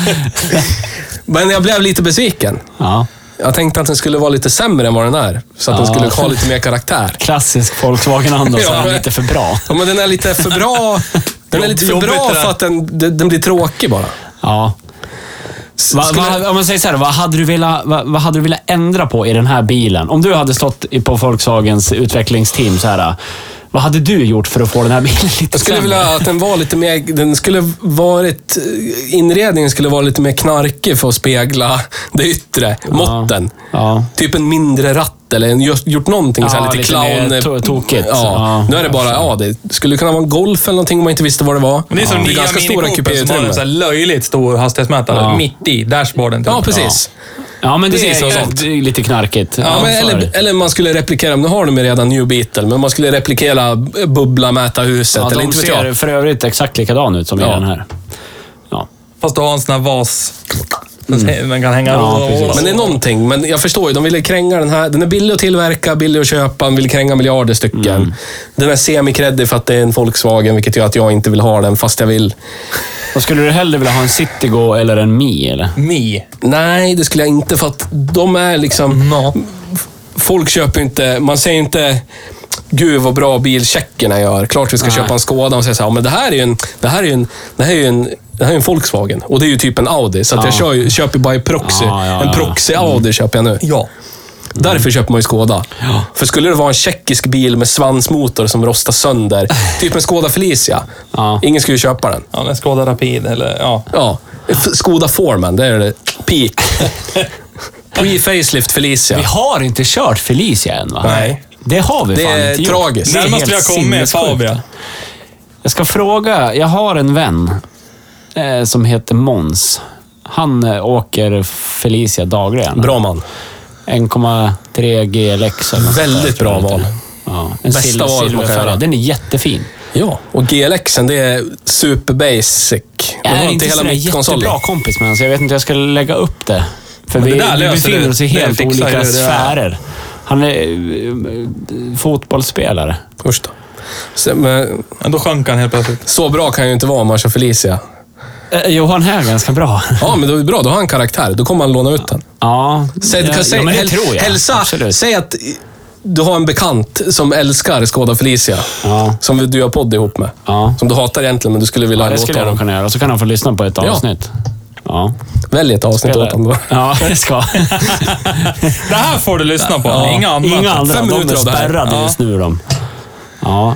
Men jag blev lite besviken. Ja. Jag tänkte att den skulle vara lite sämre än vad den är. Så att ja. den skulle ha lite mer karaktär. Klassisk Volkswagen-anda, så är lite för bra. Ja, men den är lite för bra. Den är lite för bra för att den, den blir tråkig bara. Ja. Va, va, om man säger så här, vad hade du velat, vad, vad hade du velat ändra på i den här bilen? Om du hade stått på Volkswagens utvecklingsteam så här, vad hade du gjort för att få den här bilen lite Jag skulle sämre? vilja att den var lite mer, den skulle varit, inredningen skulle vara lite mer knarkig för att spegla det yttre, ja. måtten. Ja. Typ en mindre ratt eller en, gjort någonting ja, så här lite, lite clown. To- tokigt. Ja. Ja. Nu är det bara, ja, det skulle kunna vara en Golf eller någonting om man inte visste vad det var. Men det är som ja. nya ganska Mini stora Cooper som har en så här löjligt stor hastighetsmätare ja. mitt i dashboarden. Typ. Ja, precis. Ja. Ja, men det Precis, är, sånt. är lite knarkigt. Ja, ja, men eller, eller man skulle replikera, nu har de redan New Beetle, men man skulle replikera bubbla, mäta huset. Ja, eller de inte ser jag. för övrigt exakt likadan ut som ja. i den här. Ja. Fast du har en sån här vas. Mm. Man kan hänga ja, och... Men det är någonting, men jag förstår ju, de ville kränga den här. Den är billig att tillverka, billig att köpa, de vill kränga miljarder stycken. Mm. Den är semi-kreddig för att det är en Volkswagen, vilket gör att jag inte vill ha den, fast jag vill. Och skulle du hellre vilja ha en Citigo eller en Mi, eller? Mi? Nej, det skulle jag inte, för att de är liksom... No. Folk köper inte... Man säger inte... Gud vad bra bilcheckerna gör. Klart vi ska Nej. köpa en Skoda och säga så här, men det här är ju en... Det här är ju en... Det här är ju en det här är en Volkswagen. Och det är ju typ en Audi. Så att ja. jag kör, köper bara i proxy. Ja, ja, ja. En proxy Audi mm. köper jag nu. Ja. Därför köper man ju Skoda. Ja. För skulle det vara en tjeckisk bil med svansmotor som rostar sönder, typ en Skoda Felicia, Ja. ingen skulle köpa den. Ja, en Skoda Rapid eller ja. Ja, F- Skoda Foreman, det är det peak. Pre-facelift Felicia. Vi har inte kört Felicia än, va? Nej. Det har vi Det fan är inte gjort. tragiskt. Det är Närmast helt vi har kommit är sinnessjukt. Fabia. Jag ska fråga, jag har en vän eh, som heter Måns. Han eh, åker Felicia dagligen. Bra man. en komma tre G L X eller något Väldigt där, bra tror jag val. det. Ja, en Bästa sil- valet man kan silverfärgad. göra. Den är jättefin. Ja, och G L Xen det är super basic. Jag Den har är inte sådär mittkonsolen. jättebra kompis med honom, så jag vet inte hur jag ska lägga upp det. För Men vi, det där vi löser befinner du. oss i Det helt fixar olika ju det där. sfärer. Han är eh, fotbollsspelare. Usch då. Så, men, Men då sjönk han helt plötsligt. så bra kan ju inte vara om man kör Felicia. Eh, Johan här är ganska bra. Ja, men då är det bra. Då har han karaktär. Då kommer han låna ut den. Ja, Säg, ja, säg, ja, men det häl- tror jag. Hälsa, Absolut. säg att du har en bekant som älskar Skoda Felicia. Ja. Som du gör podd ihop med. Ja. Som du hatar egentligen, men du skulle vilja Ja, det låta skulle jag nog honom. kunna göra. Och så kan han få lyssna på ett avsnitt. Ja. Välj ett avsnitt åt honom då. Ja, det ska. Det här får du lyssna på. Ja. Inga andra. Inga andra. Fem De är minuter av det här. spärrade Ja. just nu de. Ja.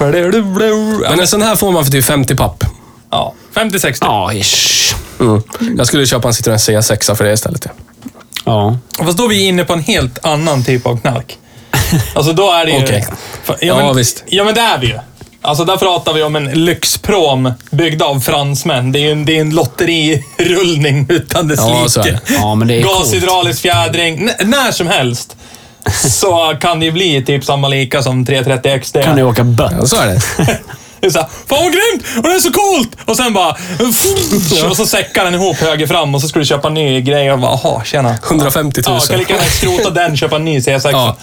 Men en sån här får man för typ femtio papp. Ja, femtio sextio. Ja, ish. Mm. Jag skulle köpa en Citroën C sex för det istället. Ja. Ja. Fast då är vi inne på en helt annan typ av knark. Alltså då är det ju... Okej. För- Ja, men, visst. Ja, men det är vi ju. Alltså där pratar vi om en lyxprom byggd av fransmän. Det är ju en, det är en lotterirullning utan dess Ja, så är like. det. Ja, men det är coolt. Gashydraulisk fjädring. N- när som helst så kan det ju bli typ samma lika som tre trettio X D. Kan ni åka bött? Ja, så är det. Det är såhär, fan vad grymt! Och det är så coolt! Och sen bara... Och så säckar den ihop höger fram och så ska du köpa en ny grej och bara, aha, tjena. hundrafemtio Ja, tusen. kan lika gärna skrota den, köpa en ny C sex. Ja.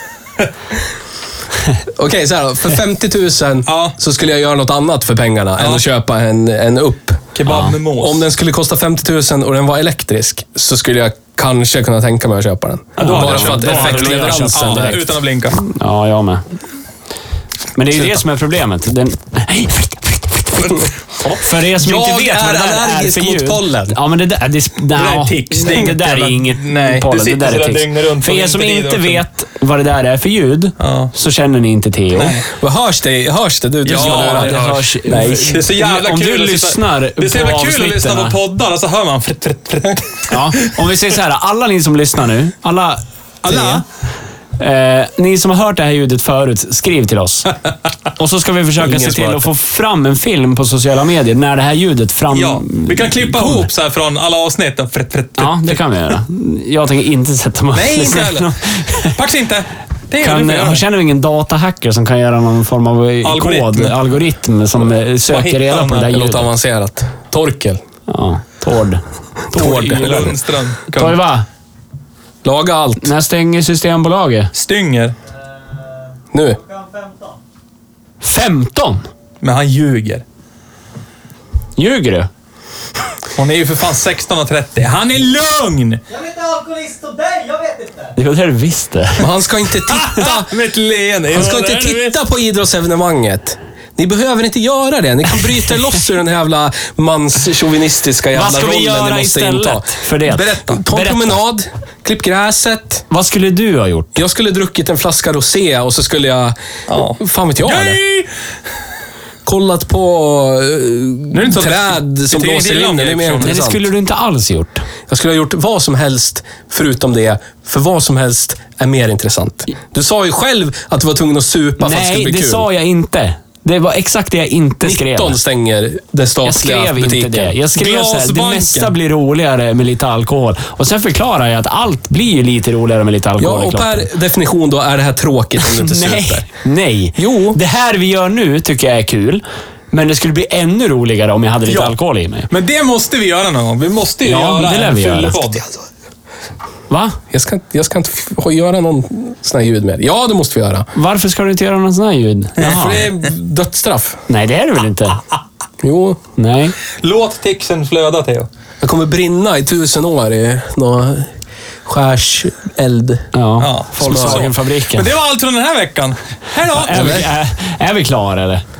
Okej, så här då. För femtio tusen Ja. så skulle jag göra något annat för pengarna än att köpa en, en upp. Kebab med mås. Om den skulle kosta femtio tusen och den var elektrisk så skulle jag kanske kunna tänka mig att köpa den. då hade Bara jag för köpt- att då hade jag effektleveransen köpt Ja, direkt. utan att blinka. Ja, jag med. Men det är ju det som är problemet. Den... Nej, flytta, flytta, flytta. För er som Jag inte vet vad det är där är allergisk för mot ljud. pollen. Ja, men det där... Det, det, är tics. Det är Det, inget där jävla- är inget nej, pollen. du sitter det där sådär är tics. dygnet runt För på er som vintertid inte också. vet vad det där är för ljud, Ja. så känner ni inte Theo. Vad hörs det? Hörs det? Du, du Ja, som har det det. hörs. Nej. Det är så jävla Om kul du att lyssnar sitta, Det är så jävla på kul att lyssna på avsnitten. poddar och så hör man fritt, fritt, fritt. Ja, om vi säger så här, alla ni som lyssnar nu, alla, Alla? Eh, ni som har hört det här ljudet förut, skriv till oss. Och så ska vi försöka Ingen se till svarar. att få fram en film på sociala medier när det här ljudet fram... Ja, vi kan klippa kommer. ihop så här från alla avsnitt. Fritt, fritt, fritt. Ja, det kan vi göra. Jag tänker inte sätta mig Nej, inte heller. Pax inte. Det är Kan, det vi gör. känner vi ingen datahacker som kan göra någon form av eh, Algoritm. kod, algoritm som eh, söker hittar reda den på det här? där Det låter ljudet? avancerat. Torkel. Ja, Tord. Tord. Lundström. Toiva, Laga allt. när stänger Systembolaget? Stynger. Nu. Klockan femton. femton? Men han ljuger. Ljuger du? Hon är ju för fan sexton och trettio. Han är lugn! Jag vet inte alkoholist och dig, jag vet inte. Det var det du visste. Men han ska inte titta. Med ett leende. Han ska inte titta på idrottsevenemanget. Ni behöver inte göra det. Ni kan bryta er loss ur den här jävla manschauvinistiska jävla Vad ska vi rollen ni göra måste istället inta. för det? Berätta. Ta en Berätta. promenad, klipp gräset. Vad skulle du ha gjort? Jag skulle druckit en flaska rosé och så skulle jag... Ja. Fan vet jag det. Nej! Kollat på är det uh, inte så- träd som det är blåser illa om in. Det är det, mer Eriksson. Nej, det intressant. skulle du inte alls gjort. Jag skulle ha gjort vad som helst förutom det. För vad som helst är mer intressant. Du sa ju själv att du var tvungen att supa för att det skulle Nej, bli det kul. sa jag inte. Det var exakt det jag inte skrev. nitton stänger den statliga Jag skrev butiken. inte det. Jag skrev så här, det Glasbanken. mesta blir roligare med lite alkohol. Och sen förklarar jag att allt blir ju lite roligare med lite Ja, alkohol. i och kroppen. per definition då är det här tråkigt om du inte super. Nej, nej. Jo. Det här vi gör nu tycker jag är kul. Men det skulle bli ännu roligare om jag hade lite Ja. alkohol i mig. Men det måste vi göra någon gång. Vi måste ju Ja, göra det lär en vi göra. fyllepodd. Va? Jag ska, inte- jag ska inte f- göra någon sån här ljud med. Ja, det måste vi göra. Varför ska du inte göra någon sån här ljud? För Jaha. det är dödsstraff. Nej, det är det väl inte? Jo, Nej. Låt tixen flöda, Theo. jag kommer brinna i tusen år i någon skärseld. Ja, Ja, Volkswagen-fabriken. Men det var allt från den här veckan. Hej då! Är vi, är, är vi klara eller?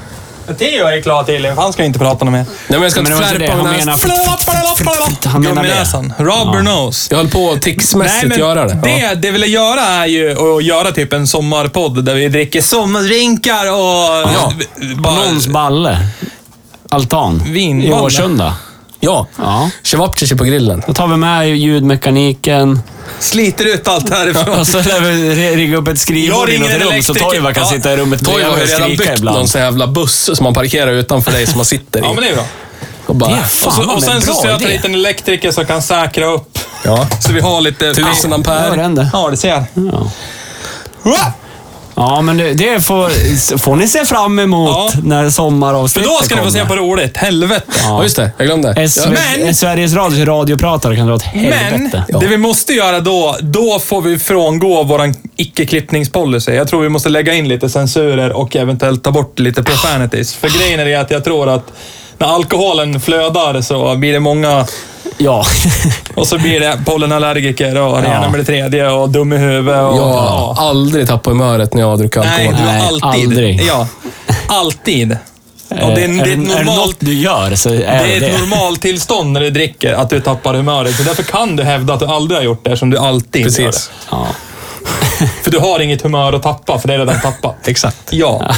Theo är klar till det, han ska inte prata något mer. Nej, men jag ska Men inte det var inte det. flärpa Han med menar... näsan. Han menar det. Gumminäsan. Rubber nose. Jag höll på att ticsmässigt göra det. det, Ja. det vill jag göra är ju att göra typ en sommarpodd där vi dricker sommardrinkar och... Ja. På någons balle. Altan. Vinballe. I Årsunda. Ja. Ja. Cevapcici på grillen. Då tar vi med ljudmekaniken. Sliter ut allt härifrån. Och så lär vi rigga upp ett Jag skrivbord i ringer något en rum så elektriker. Toiva kan Ja. sitta i rummet Toivo har ju och redan skrika byggt ibland. någon sån jävla buss som man parkerar utanför dig som man sitter i. Ja, men det är bra. Och bara, Det är fan Och, så, och en sen så bra ska jag ta idé. hit en elektriker som kan säkra upp. ja. Så vi har lite... Tusen Ja, ampere. det hände. Ja, det ser jag. Ja. Va? Ja, men det, det får, får ni se fram emot Ja. när För sommaravsnittet då ska ni få se kommer. på roligt. Helvete. Ja, just det. Jag glömde. S- Ja. Men- Sveriges Radios radiopratare kan dra åt Men helvete. Ja. det vi måste göra då, då får vi frångå vår icke-klippningspolicy. Jag tror vi måste lägga in lite censurer och eventuellt ta bort lite profanities. För grejen är det att jag tror att när alkoholen flödar så blir det många... Ja. Och så blir det pollenallergiker och det Ja. ena med det tredje och dum i huvudet. Och, Jag har aldrig tappat humöret när jag har druckit Nej, alkohol. du har Nej, alltid. aldrig. Ja, alltid. Och det, är, är, det är ett är det något normalt... du gör så är Det det är det. ett normaltillstånd när du dricker, att du tappar humöret. Så därför kan du hävda att du aldrig har gjort det som du alltid gör det. Precis. Ja. För du har inget humör att tappa, för det är redan tappat. Exakt. Ja.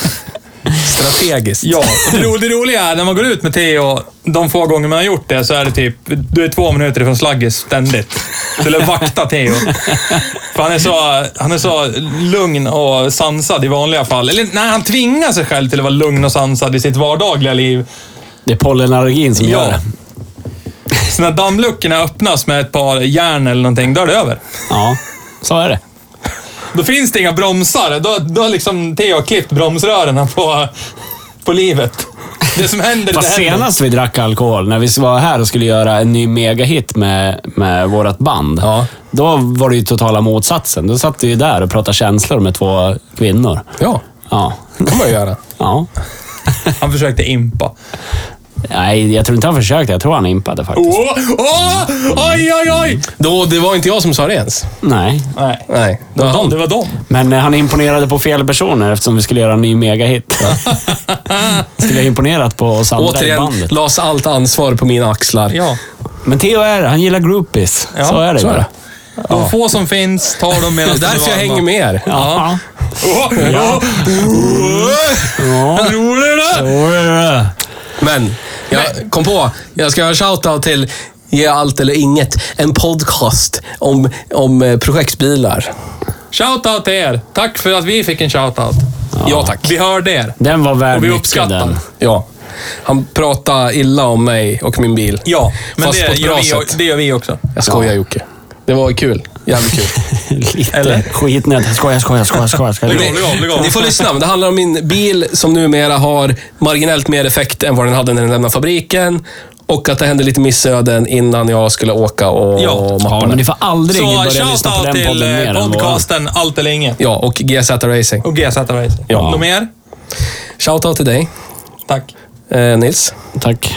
Strategiskt. Ja. Det, ro, det roliga är, när man går ut med Theo, de få gånger man har gjort det, så är det typ, du är två minuter ifrån slaggis ständigt. Du skulle vakta Theo. För han är, så, han är så lugn och sansad i vanliga fall. Eller nej, han tvingar sig själv till att vara lugn och sansad i sitt vardagliga liv. Det är pollenallergin som gör det. Så när dammluckorna öppnas med ett par järn eller någonting, då är det över. Ja, så är det. Då finns det inga bromsar. Då, då har liksom Theo klippt bromsrören på, på livet. Det som händer, Fast det händer. senast vi drack alkohol, när vi var här och skulle göra en ny megahit med, med vårt band, Ja. då var det ju totala motsatsen. Då satt vi ju där och pratade känslor med två kvinnor. Ja, Ja. det kan man ju göra. Ja. Han försökte impa. Nej, jag tror inte han försökte. Jag tror han impade faktiskt. Åh, åh, oj, oj, oj! Då, det var inte jag som sa det ens. Nej. Nej, Nej, det var han. det var dem. Men eh, han imponerade på fel personer eftersom vi skulle göra en ny megahit. Skulle jag imponerat på oss andra i Återigen, bandet. lades allt ansvar på mina axlar. Ja, Men Theo är han gillar groupies. Ja, så är det så är bara. det. de få som finns, tar dem Det medan är därför jag hänger med er. Ja. Åh, åh, Ja. roligt det! Så är det. Men, jag kom på, jag ska göra shoutout till Ge allt eller inget. En podcast om, om eh, projektbilar. Shoutout till er. Tack för att vi fick en shoutout. Ja, tack. Vi hörde er. Den var värd Och vi mycket, uppskattar. den. Ja. Han pratade illa om mig och min bil. Ja, men Fast det på ett gör, bra vi, sätt. det gör vi också. Jag skojar Jocke. Det var kul. Jävligt kul. Lite Eller? skitnöd. Skoja, skoja, skoja, skoja. skoja. Lägg av, lägg av, lägg av. Ni får lyssna, men det handlar om min bil som numera har marginellt mer effekt än vad den hade när den lämnade fabriken. Och att det hände lite missöden innan jag skulle åka och Ja. mappa Ja, den. men ni får aldrig Så börja lyssna på shoutout den till podden mer eh, än våran. podcasten Allt eller Inget. Ja, och G Z Racing. Och G Z Racing. Ja. Något mer? Shoutout till dig, Tack. eh, Nils. Tack.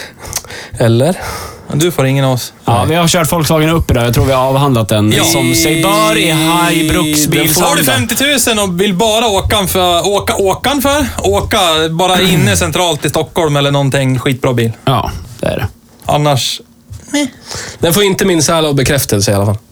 Eller? Du får ingen av oss. Ja, vi har kört Volkswagen upp idag. Jag tror vi har avhandlat den Ja. som sig bör i Hajbruks Har du bilsamling. femtio tusen och vill bara åka för, åka, åkan för, åka bara inne centralt i Stockholm eller någonting, skitbra bil. Ja, det är det. Annars, Den får inte min Särlov-bekräftelse i alla fall.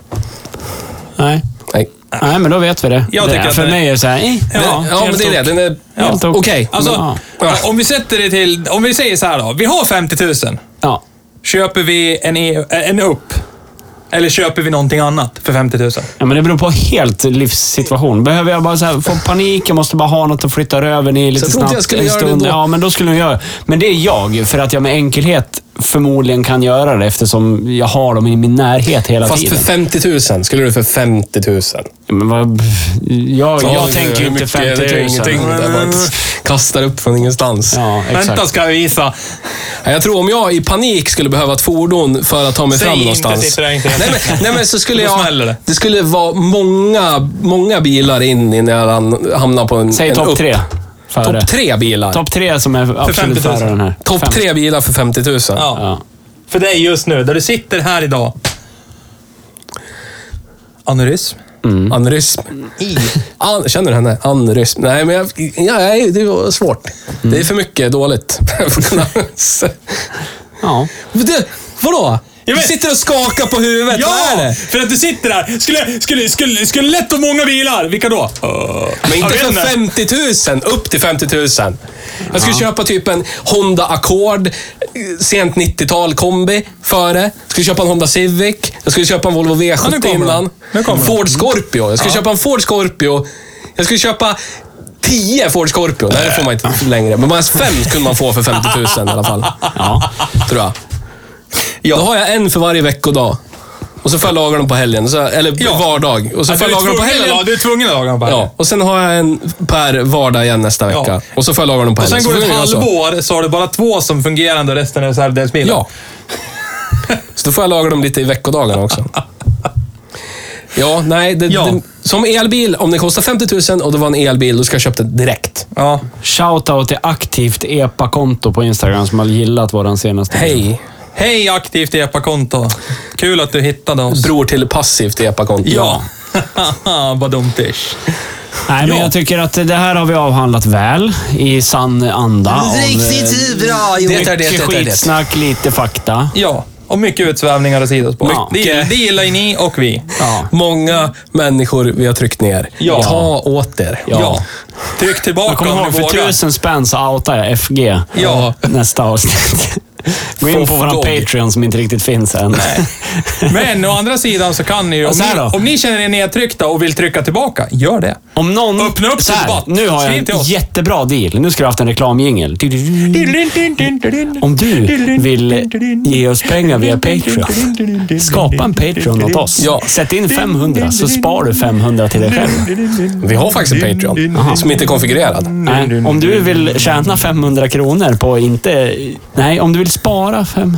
Nej. Nej. Nej, men då vet vi det. Jag det tycker att för det- mig är det så här, eh, Ja, ja, ja men helt det är det. ok. Den är... Helt Ja, ok. Okej. alltså, Ja. om vi sätter det till, om vi säger så här då. Vi har femtio tusen. Ja. Köper vi en, e, en upp? Eller köper vi någonting annat för femtio tusen? Ja, men det beror på helt livssituation. Behöver jag bara så här, få panik, jag måste bara ha något att flytta över i lite jag tror inte snabbt jag skulle en göra det stund. ändå. Ja, men då skulle jag göra. Men det är jag, för att jag med enkelhet förmodligen kan göra det eftersom jag har dem i min närhet hela Fast tiden. för femtio tusen skulle du för femtio tusen. Ja, men vad, jag jag tänker ju inte femtio Det är tusen. ingenting. Det är bara att kastar upp från ingenstans. Ja, exakt. Vänta ska vi visa. Jag tror om jag i panik skulle behöva ett fordon för att ta mig Säg fram inte någonstans. Citroën C. Nej men, nej men så skulle Då jag... smäller det. Det skulle vara många, många bilar in innan jag hamnar på en... Säg en topp upp. tre. Före. Topp tre bilar. Topp tre som är absolut femtio tusen. före den här. Topp Fem. tre bilar för femtio tusen. Ja. Ja. För dig just nu, där du sitter här idag. Aneurysm. Mm. Aneurysm. An, känner du henne? Aneurysm. Nej, men jag, ja, det var svårt. Mm. Det är för mycket dåligt. Ja. Det, vadå? Du sitter och skakar på huvudet. Ja, Vad är det? för att du sitter där. Skulle, skulle, skulle, skulle lätt och många bilar. Vilka då? Uh, Men inte för femtio tusen. Upp till femtio tusen. Jag skulle ja. köpa typ en Honda Accord, sent nittiotal kombi före. Jag skulle köpa en Honda Civic. Jag skulle köpa en Volvo V sjuttio ja, innan. En Ford Scorpio. Jag skulle ja. köpa en Ford Scorpio. Jag skulle köpa tio Ford Scorpio. Nej, det får man inte längre. Men bara fem kunde man få för femtio tusen i alla fall. Ja, tror jag. Ja. Då har jag en för varje veckodag. Och så får jag laga dem på helgen. Så, eller ja. vardag. Och så får jag laga dem på helgen. Du är tvungen att laga dem på helgen. Ja. Och sen har jag en per vardag igen nästa vecka. Ja. Och så får jag laga dem på helgen. Och sen går det ett halvår så har du bara två som fungerande och resten är reservdelsbilar. Ja. Så då får jag laga dem lite i veckodagarna också. Ja, nej. Det, ja. Det, som elbil, om det kostar femtio tusen och det var en elbil, då ska jag köpa det direkt. Ja. Shoutout till aktivt E P A-konto på Instagram som har gillat våran senaste. Hej. Hej aktivt E P A-konto. Kul att du hittade oss. Bror till passivt E P A-konto. Ja. Badumtish. Nej, men ja. jag tycker att det här har vi avhandlat väl i sann anda. Riktigt bra. Det är det, det, det, skitsnack, lite fakta. Ja. Och mycket utsvävningar och sidospår. Ja. Det, det gillar ju ni och vi. Ja. Många människor vi har tryckt ner. Ja. Ta åt er. Ja. Ja. Tryck tillbaka om ihåg, för tusen spänn så outar jag F G ja. nästa avsnitt. Gå in på våran Patreon som inte riktigt finns än. Nej. Men å andra sidan så kan ni ju, om ni, om ni känner er nedtryckta och vill trycka tillbaka, gör det. Om någon, öppna upp till debatt. Nu har jag en jättebra deal. Nu ska du ha haft en reklamjingel. Om du vill ge oss pengar via Patreon, skapa en Patreon åt oss. Ja. Sätt in femhundra så spar du femhundra till dig själv. Vi har faktiskt en Patreon. Aha. Som inte är konfigurerad. Nej, om du vill tjäna femhundra kronor på inte... Nej, om du vill spara fem...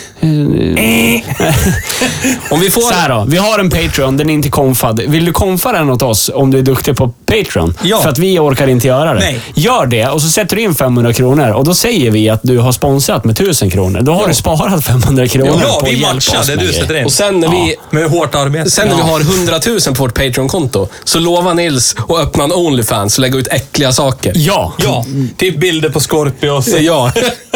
Om vi får... Så här då, vi har en Patreon, den är inte konfad. Vill du konfa den åt oss om du är duktig på Patreon? Ja. För att vi orkar inte göra det. Nej. Gör det och så sätter du in femhundra kronor och då säger vi att du har sponsrat med tusen kronor. Då har ja. du sparat femhundra kronor ja, på vi matchar det du sätter in. Och sen när vi, ja. med hårt arbete. Sen när ja. vi har hundratusen på vårt Patreon-konto så lovar Nils att öppna en OnlyFans och lägga ut äckliga saker. Ja. Ja, typ bilder på Scorpios. Ja.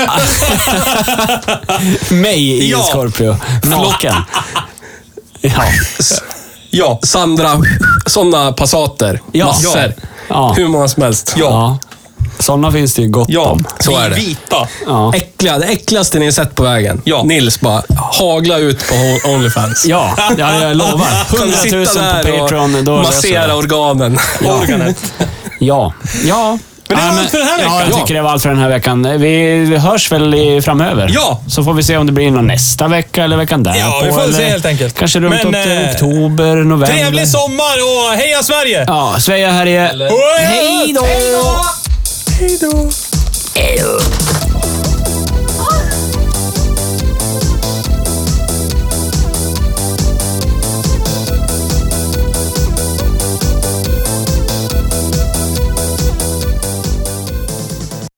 Mig i ja. Scorpio. Flocken. Ja. Ja. Sandra, sådana Passater. Ja. Massor. Ja. Hur många som helst. Ja. ja. Sådana finns det ju gott ja. om. Så är det. Vita. Ja. Äckliga, det äckligaste ni har sett på vägen. Ja. Nils bara hagla ut på OnlyFans. Ja, ja jag lovar. hundratusen på Patreon. Då massera organen. Ja. Organet. Ja. Ja. Men det var allt för den här veckan. Ja, jag tycker det var allt för den här veckan. Vi, vi hörs väl i, framöver. Ja. Så får vi se om det blir någon nästa vecka eller veckan där. Ja, på, vi får eller se helt enkelt. Kanske runt Men, åt, eh, oktober, november. Trevlig sommar och heja Sverige! Ja, Sverige här är... Hej då! Hej då! Hej då!